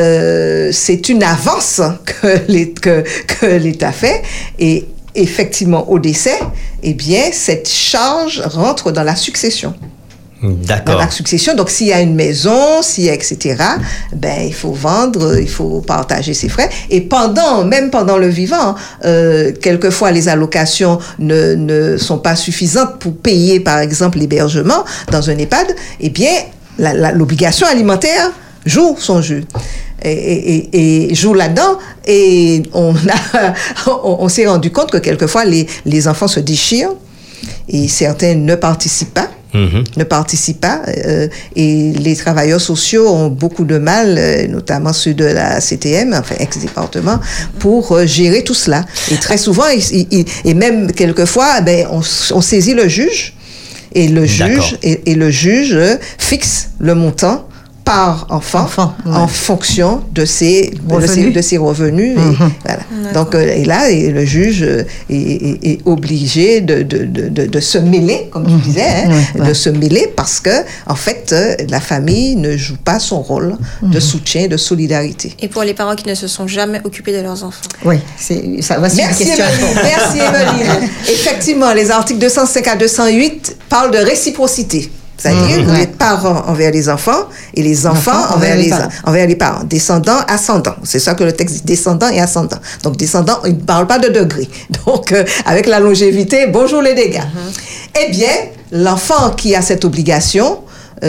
euh, c'est une avance que, les, que, que l'État fait. Et effectivement, au décès, eh bien, cette charge rentre dans la succession. D'accord. Dans la succession. Donc, s'il y a une maison, s'il y a et cetera, ben, il faut vendre, il faut partager ses frais. Et pendant, même pendant le vivant, euh, quelquefois, les allocations ne, ne sont pas suffisantes pour payer, par exemple, l'hébergement dans un EHPAD. Eh bien, la, la, l'obligation alimentaire joue son jeu. Et, et, et joue là-dedans. Et on, a, on, on s'est rendu compte que quelquefois, les, les enfants se déchirent et certains ne participent pas. Mmh. ne participent pas euh, et les travailleurs sociaux ont beaucoup de mal, euh, notamment ceux de la C T M, enfin ex-département, pour euh, gérer tout cela. Et très souvent, il, il, et même quelquefois, ben, on, on saisit le juge et le juge et, et le juge fixe le montant par enfant, enfant ouais. en fonction de ses revenus, de ses, de ses revenus mm-hmm. et, voilà. Donc euh, et là et le juge est, est, est obligé de, de, de, de se mêler, comme tu mm-hmm. disais, hein, ouais, ouais. de se mêler parce que en fait euh, la famille ne joue pas son rôle mm-hmm. de soutien, de solidarité. Et pour les parents qui ne se sont jamais occupés de leurs enfants. Oui, c'est, ça va c'est Merci une question. Emeline. Merci Emeline. Effectivement, les articles deux cent cinq à deux cent huit parlent de réciprocité. C'est-à-dire mmh, ouais. les parents envers les enfants et les enfants envers, envers, les, les envers les parents. Descendants, ascendants. C'est ça que le texte dit, descendants et ascendants. Donc, descendants, il ne parle pas de degrés. Donc, euh, avec la longévité, bonjour les dégâts. Mmh. Eh bien, l'enfant qui a cette obligation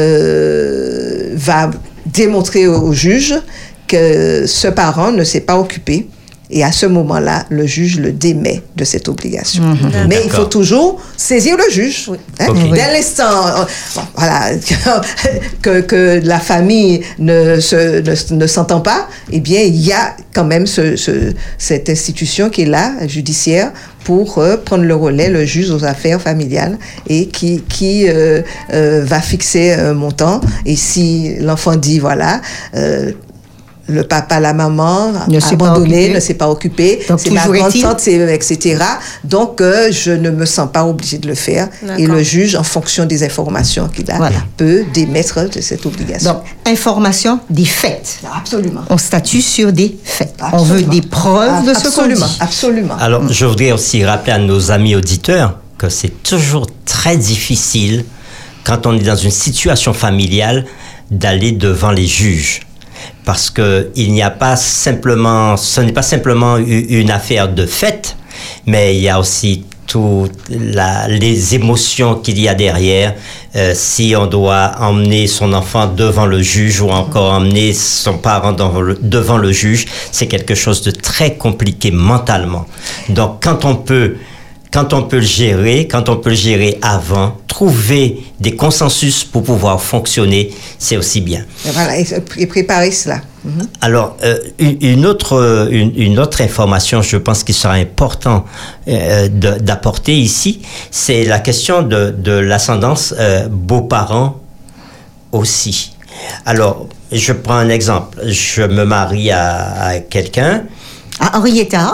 euh, va démontrer au, au juge que ce parent ne s'est pas occupé. Et à ce moment-là, le juge le démet de cette obligation. Mmh. Mais D'accord. il faut toujours saisir le juge. Oui. Hein? Okay. Dès l'instant bon, voilà, que, que la famille ne, se, ne, ne s'entend pas, eh bien, il y a quand même ce, ce, cette institution qui est là, judiciaire, pour euh, prendre le relais, le juge aux affaires familiales, et qui, qui euh, euh, va fixer un montant. Et si l'enfant dit, voilà... Euh, le papa, la maman, ne s'est abandonné, ne s'est pas occupé, donc, c'est ma grande-tante, et cetera. Donc, euh, je ne me sens pas obligée de le faire. D'accord. Et le juge, en fonction des informations qu'il a, voilà. peut démettre de cette obligation. Donc, information des faits. Absolument. On statue sur des faits. Absolument. On veut des preuves de ce qu'on dit. Absolument. Alors, je voudrais aussi rappeler à nos amis auditeurs que c'est toujours très difficile, quand on est dans une situation familiale, d'aller devant les juges. Parce que il n'y a pas simplement, ce n'est pas simplement une affaire de fait, mais il y a aussi toutes la, les émotions qu'il y a derrière. Euh, si on doit emmener son enfant devant le juge ou encore emmener son parent devant le, devant le juge, c'est quelque chose de très compliqué mentalement. Donc, quand on peut Quand on peut le gérer, quand on peut le gérer avant, trouver des consensus pour pouvoir fonctionner, c'est aussi bien. Et voilà, et, et préparer cela. Mm-hmm. Alors, euh, une, une, autre, une, une autre information, je pense qu'il sera important euh, de, d'apporter ici, c'est la question de, de l'ascendance euh, beaux-parents aussi. Alors, je prends un exemple. Je me marie à, à quelqu'un. À Henrietta.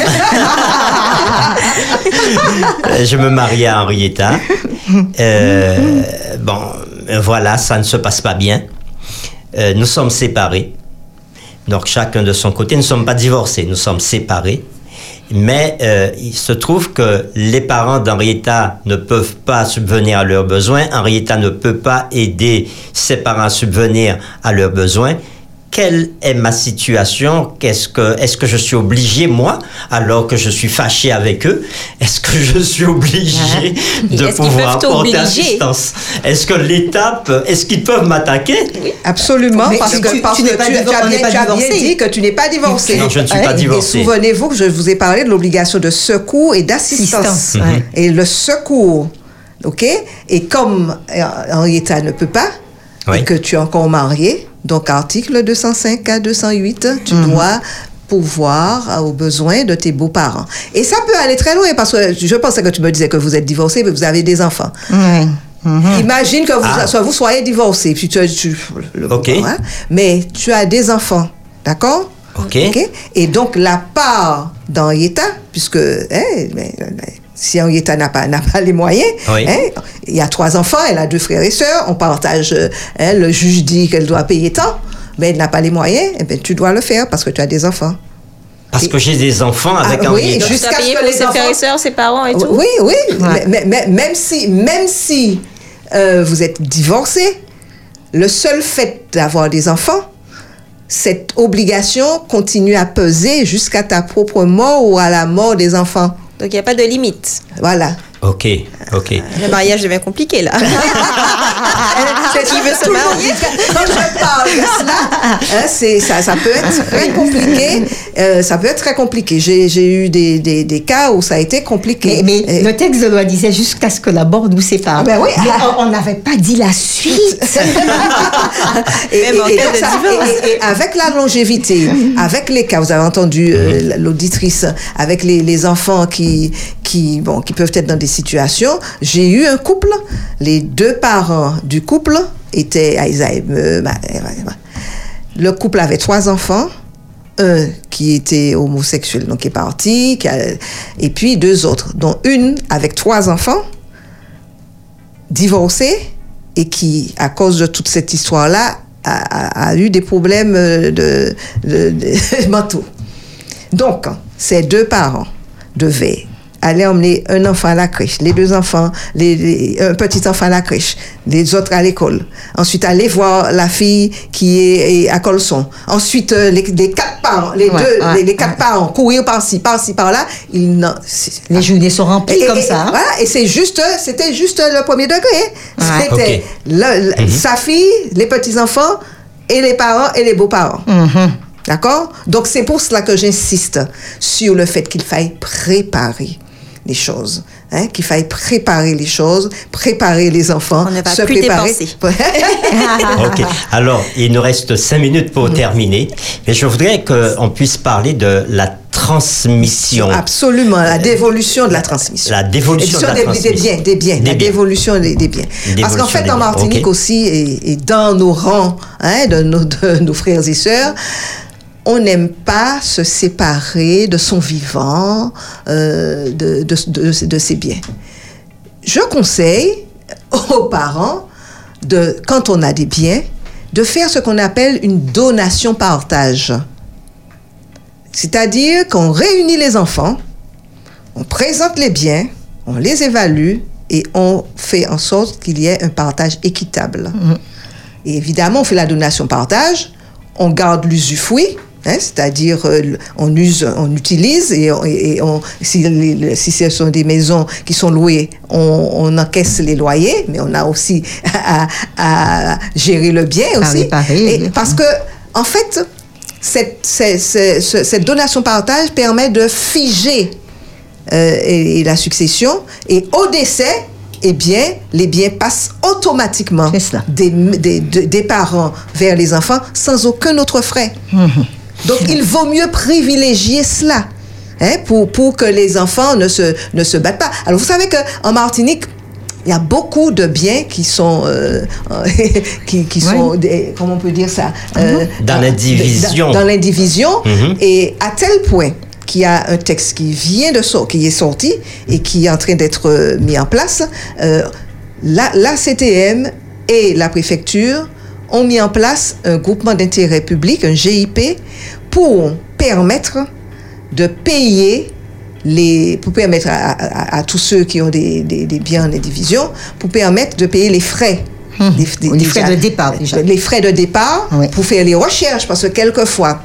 Je me marie à Henrietta. Euh, bon, voilà, ça ne se passe pas bien. Euh, nous sommes séparés. Donc, chacun de son côté. Nous ne sommes pas divorcés, nous sommes séparés. Mais euh, il se trouve que les parents d'Henrietta ne peuvent pas subvenir à leurs besoins. Henrietta ne peut pas aider ses parents à subvenir à leurs besoins. Quelle est ma situation? Qu'est-ce que, est-ce que je suis obligé, moi, alors que je suis fâché avec eux, est-ce que je suis obligé de est-ce pouvoir porter assistance? Est-ce que l'État peut, est-ce qu'ils peuvent m'attaquer? Oui. Absolument, mais parce tu, que, tu, parce tu, que tu, tu, as bien, tu as bien dit que tu n'es pas divorcé. Non, je ne suis pas divorcé. Et souvenez-vous que je vous ai parlé de l'obligation de secours et d'assistance. Mm-hmm. Et le secours, ok? Et comme Henrietta ne peut pas, oui. et que tu es encore marié, donc, article deux cent cinq à deux cent huit, tu mmh. dois pourvoir aux besoins de tes beaux-parents. Et ça peut aller très loin, parce que je pensais que tu me disais que vous êtes divorcé, mais vous avez des enfants. Mmh. Mmh. Imagine que vous, ah. soit vous soyez divorcé, puis tu, tu le, okay. hein, mais tu as des enfants, d'accord? Ok. okay? Et donc, la part d'Henrietta, puisque... Hein, mais, mais, si Henrietta n'a pas, n'a pas les moyens, oui. hein, il y a trois enfants, elle a deux frères et sœurs, on partage, hein, le juge dit qu'elle doit payer tant, mais elle n'a pas les moyens, eh bien, tu dois le faire parce que tu as des enfants. Parce et, que j'ai des enfants avec ah, Henrietta. Oui, jusqu'à ce que les ses enfants... frères et sœurs, ses parents et tout. Oui, oui, ouais. mais, mais, même si, même si euh, vous êtes divorcés, le seul fait d'avoir des enfants, cette obligation continue à peser jusqu'à ta propre mort ou à la mort des enfants. Donc, il n'y a pas de limite. Voilà. Ok, ok. Le mariage devient compliqué, là. C'est qui veut se marier. Quand je parle de cela, hein, c'est, ça, ça peut être très compliqué. Euh, ça peut être très compliqué. J'ai, j'ai eu des, des, des cas où ça a été compliqué. Mais, mais Et... le texte de loi disait jusqu'à ce que la mort nous sépare. Ben oui. Mais on n'avait pas dit la suite. et, et, et, et, ça, et, et avec la longévité, avec les cas, vous avez entendu euh, l'auditrice, avec les, les enfants qui, qui, bon, qui peuvent être dans des situations, j'ai eu un couple, les deux parents du couple étaient, euh, le couple avait trois enfants, un qui était homosexuel, donc qui est parti, qui a, et puis deux autres, dont une avec trois enfants, divorcée, et qui, à cause de toute cette histoire-là, a, a, a eu des problèmes de, de, de mentaux. Donc, ces deux parents devaient aller emmener un enfant à la crèche, les deux enfants, les, les, un petit enfant à la crèche, les autres à l'école. Ensuite, aller voir la fille qui est, est à Colson. Ensuite, euh, les, les quatre parents, les ouais, deux, ouais, les, les quatre ouais. parents, courir par-ci, par-ci, par-là. Ils n'ont, les journées sont remplies et, comme et, ça. Hein? Voilà, et c'est juste, c'était juste le premier degré. Ouais. C'était okay. le, le, mm-hmm. sa fille, les petits-enfants, et les parents et les beaux-parents. Mm-hmm. D'accord? Donc, c'est pour cela que j'insiste sur le fait qu'il faille préparer les choses, hein, qu'il faille préparer les choses, préparer les enfants, on ne va se plus préparer. Dépenser. Ok. Alors, il nous reste cinq minutes pour mmh. terminer, mais je voudrais qu'on puisse parler de la transmission. Absolument, la dévolution de la transmission. La dévolution de la des, transmission. Des biens, des biens, des la biens. dévolution des, des biens. Dévolution Parce qu'en fait, en Martinique okay. aussi, et, et dans nos rangs, hein, de, nos, de nos frères et sœurs, on n'aime pas se séparer de son vivant, euh, de, de, de, de ses biens. Je conseille aux parents, de, quand on a des biens, de faire ce qu'on appelle une donation-partage. C'est-à-dire qu'on réunit les enfants, on présente les biens, on les évalue et on fait en sorte qu'il y ait un partage équitable. Mmh. Et évidemment, on fait la donation-partage, on garde l'usufruit, hein, c'est-à-dire euh, on use, on utilise et, on, et on, si, les, si ce sont des maisons qui sont louées, on, on encaisse les loyers, mais on a aussi à, à gérer le bien aussi. Réparer, et parce que, en fait, cette, cette, cette, cette donation-partage permet de figer euh, et, et la succession, et au décès, eh bien, les biens passent automatiquement des, des, des, des parents vers les enfants sans aucun autre frais. Mmh. Donc, il vaut mieux privilégier cela, hein, pour, pour que les enfants ne se, ne se battent pas. Alors, vous savez qu'en Martinique, il y a beaucoup de biens qui sont, euh, qui, qui sont oui. des, comment on peut dire ça euh, Dans l'indivision. Dans, dans l'indivision, mmh. Et à tel point qu'il y a un texte qui vient de so- qui est sorti et qui est en train d'être euh, mis en place. Euh, la, la C T M et la préfecture ont mis en place un groupement d'intérêt public, un G I P, pour permettre de payer les, pour permettre à, à, à tous ceux qui ont des, des, des biens en indivision, pour permettre de payer les frais. Hum, les, les, les déjà, frais de départ, déjà. Les frais de départ, oui. Pour faire les recherches, parce que quelquefois,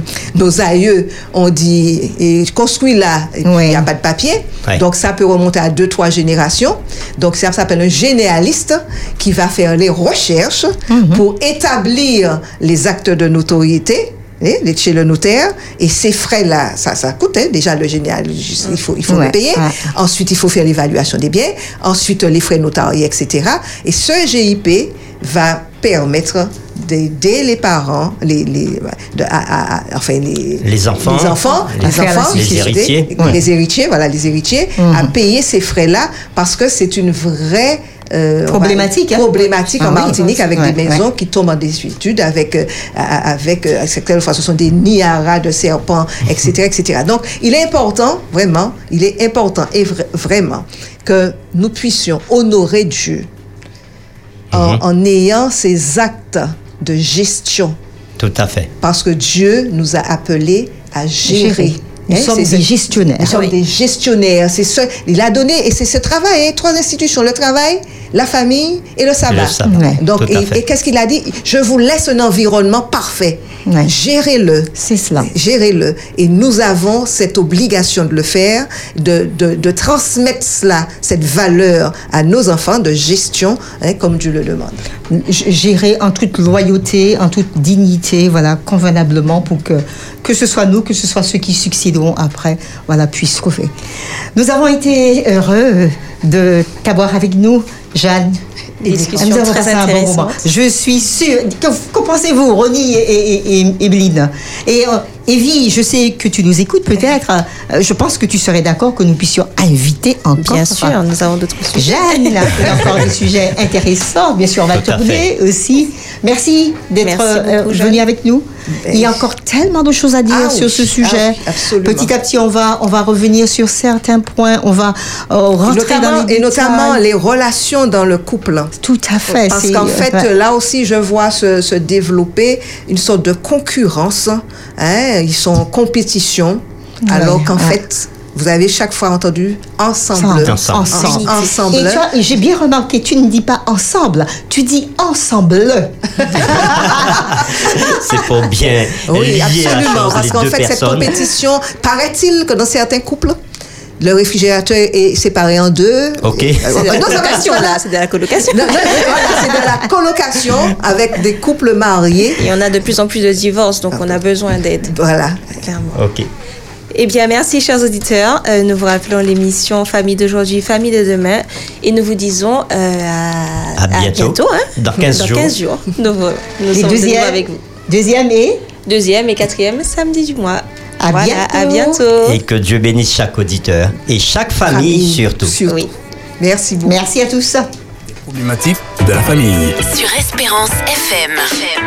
nos aïeux ont dit et construit là et puis il oui. n'y a pas de papier, oui. Donc ça peut remonter à deux trois générations. Donc ça s'appelle un généaliste qui va faire les recherches mm-hmm. pour établir les actes de notoriété eh, chez le notaire, et ces frais là ça ça coûte hein, déjà le généaliste, il faut il faut ouais. le payer. Ouais. Ensuite il faut faire l'évaluation des biens, ensuite les frais notariés, et cetera. Et ce G I P va permettre d'aider les parents, les, les, de, à, à, enfin les, les enfants, les, enfants, les, les, enfants, les héritiers, les, les héritiers, voilà, les héritiers, mmh. à payer ces frais-là, parce que c'est une vraie euh, problématique, va, hein. problématique ah, en Martinique, oui, avec ouais, des maisons ouais. qui tombent en désuétude, avec, euh, avec euh, certaines fois, ce sont des nids à rats de serpents, et cetera, et cetera. Donc, il est important, vraiment, il est important et vra- vraiment que nous puissions honorer Dieu en, mmh. en ayant ces actes de gestion. Tout à fait. Parce que Dieu nous a appelés à gérer. gérer. Nous hein, sommes des ce, gestionnaires. Nous sommes oui. des gestionnaires. C'est ce, il a donné, et c'est ce travail, hein, trois institutions, le travail, la famille et le sabbat. Le sabbat. Ouais. Donc, et, et qu'est-ce qu'il a dit? Je vous laisse un environnement parfait. Ouais. Gérez-le. C'est cela. Gérez-le. Et nous avons cette obligation de le faire, de, de, de transmettre cela, cette valeur à nos enfants de gestion, hein, comme Dieu le demande. Gérer en toute loyauté, en toute dignité, voilà, convenablement, pour que, que ce soit nous, que ce soit ceux qui succéderont après, voilà, puissent trouver. Nous avons été heureux de t'avoir avec nous, Jeanne. Des discussions très intéressantes. Bon je suis sûre. Qu'en pensez-vous, Ronnie et, et, et Evelyne? Et euh, Evie, je sais que tu nous écoutes peut-être. Euh, je pense que tu serais d'accord que nous puissions inviter encore. Bien sûr, enfin, nous avons d'autres sujets. Jeanne, il y a encore des sujets intéressants. Bien sûr, on va tourner aussi. Merci d'être euh, venu avec nous. Ben, il y a encore tellement de choses à dire ah, sur oui, ce sujet. Ah, absolument. Petit à petit, on va, on va revenir sur certains points. On va euh, rentrer notamment, dans les Et notamment les relations dans le couple. Tout à fait. Parce qu'en fait, ouais. là aussi, je vois se, se développer une sorte de concurrence. Hein, ils sont en compétition, ouais, alors qu'en ouais. fait, vous avez chaque fois entendu ensemble. Ensemble. Ensemble. ensemble. Et tu vois, j'ai bien remarqué, tu ne dis pas ensemble, tu dis ensemble. C'est pour bien oui, lier absolument, la chose, parce les qu'en deux fait, personnes. cette compétition, paraît-il que dans certains couples, le réfrigérateur est séparé en deux. Ok. C'est de la colocation, là. C'est de la colocation. Non, non, voilà, c'est de la colocation avec des couples mariés. Et on a de plus en plus de divorces, donc on a besoin d'aide. Voilà. Clairement. Ok. Eh bien, merci, chers auditeurs. Euh, nous vous rappelons l'émission Famille d'aujourd'hui, Famille de demain. Et nous vous disons euh, à, à bientôt. À bientôt hein. Dans quinze Dans jours. quinze jours. Nous, nous sommes de nouveau avec vous. Deuxième et Deuxième et quatrième samedi du mois. À voilà, bientôt. À bientôt. Et que Dieu bénisse chaque auditeur et chaque famille, famille surtout. surtout. Oui. Merci beaucoup. Merci à tous. Problématique de la famille. Sur Espérance F M.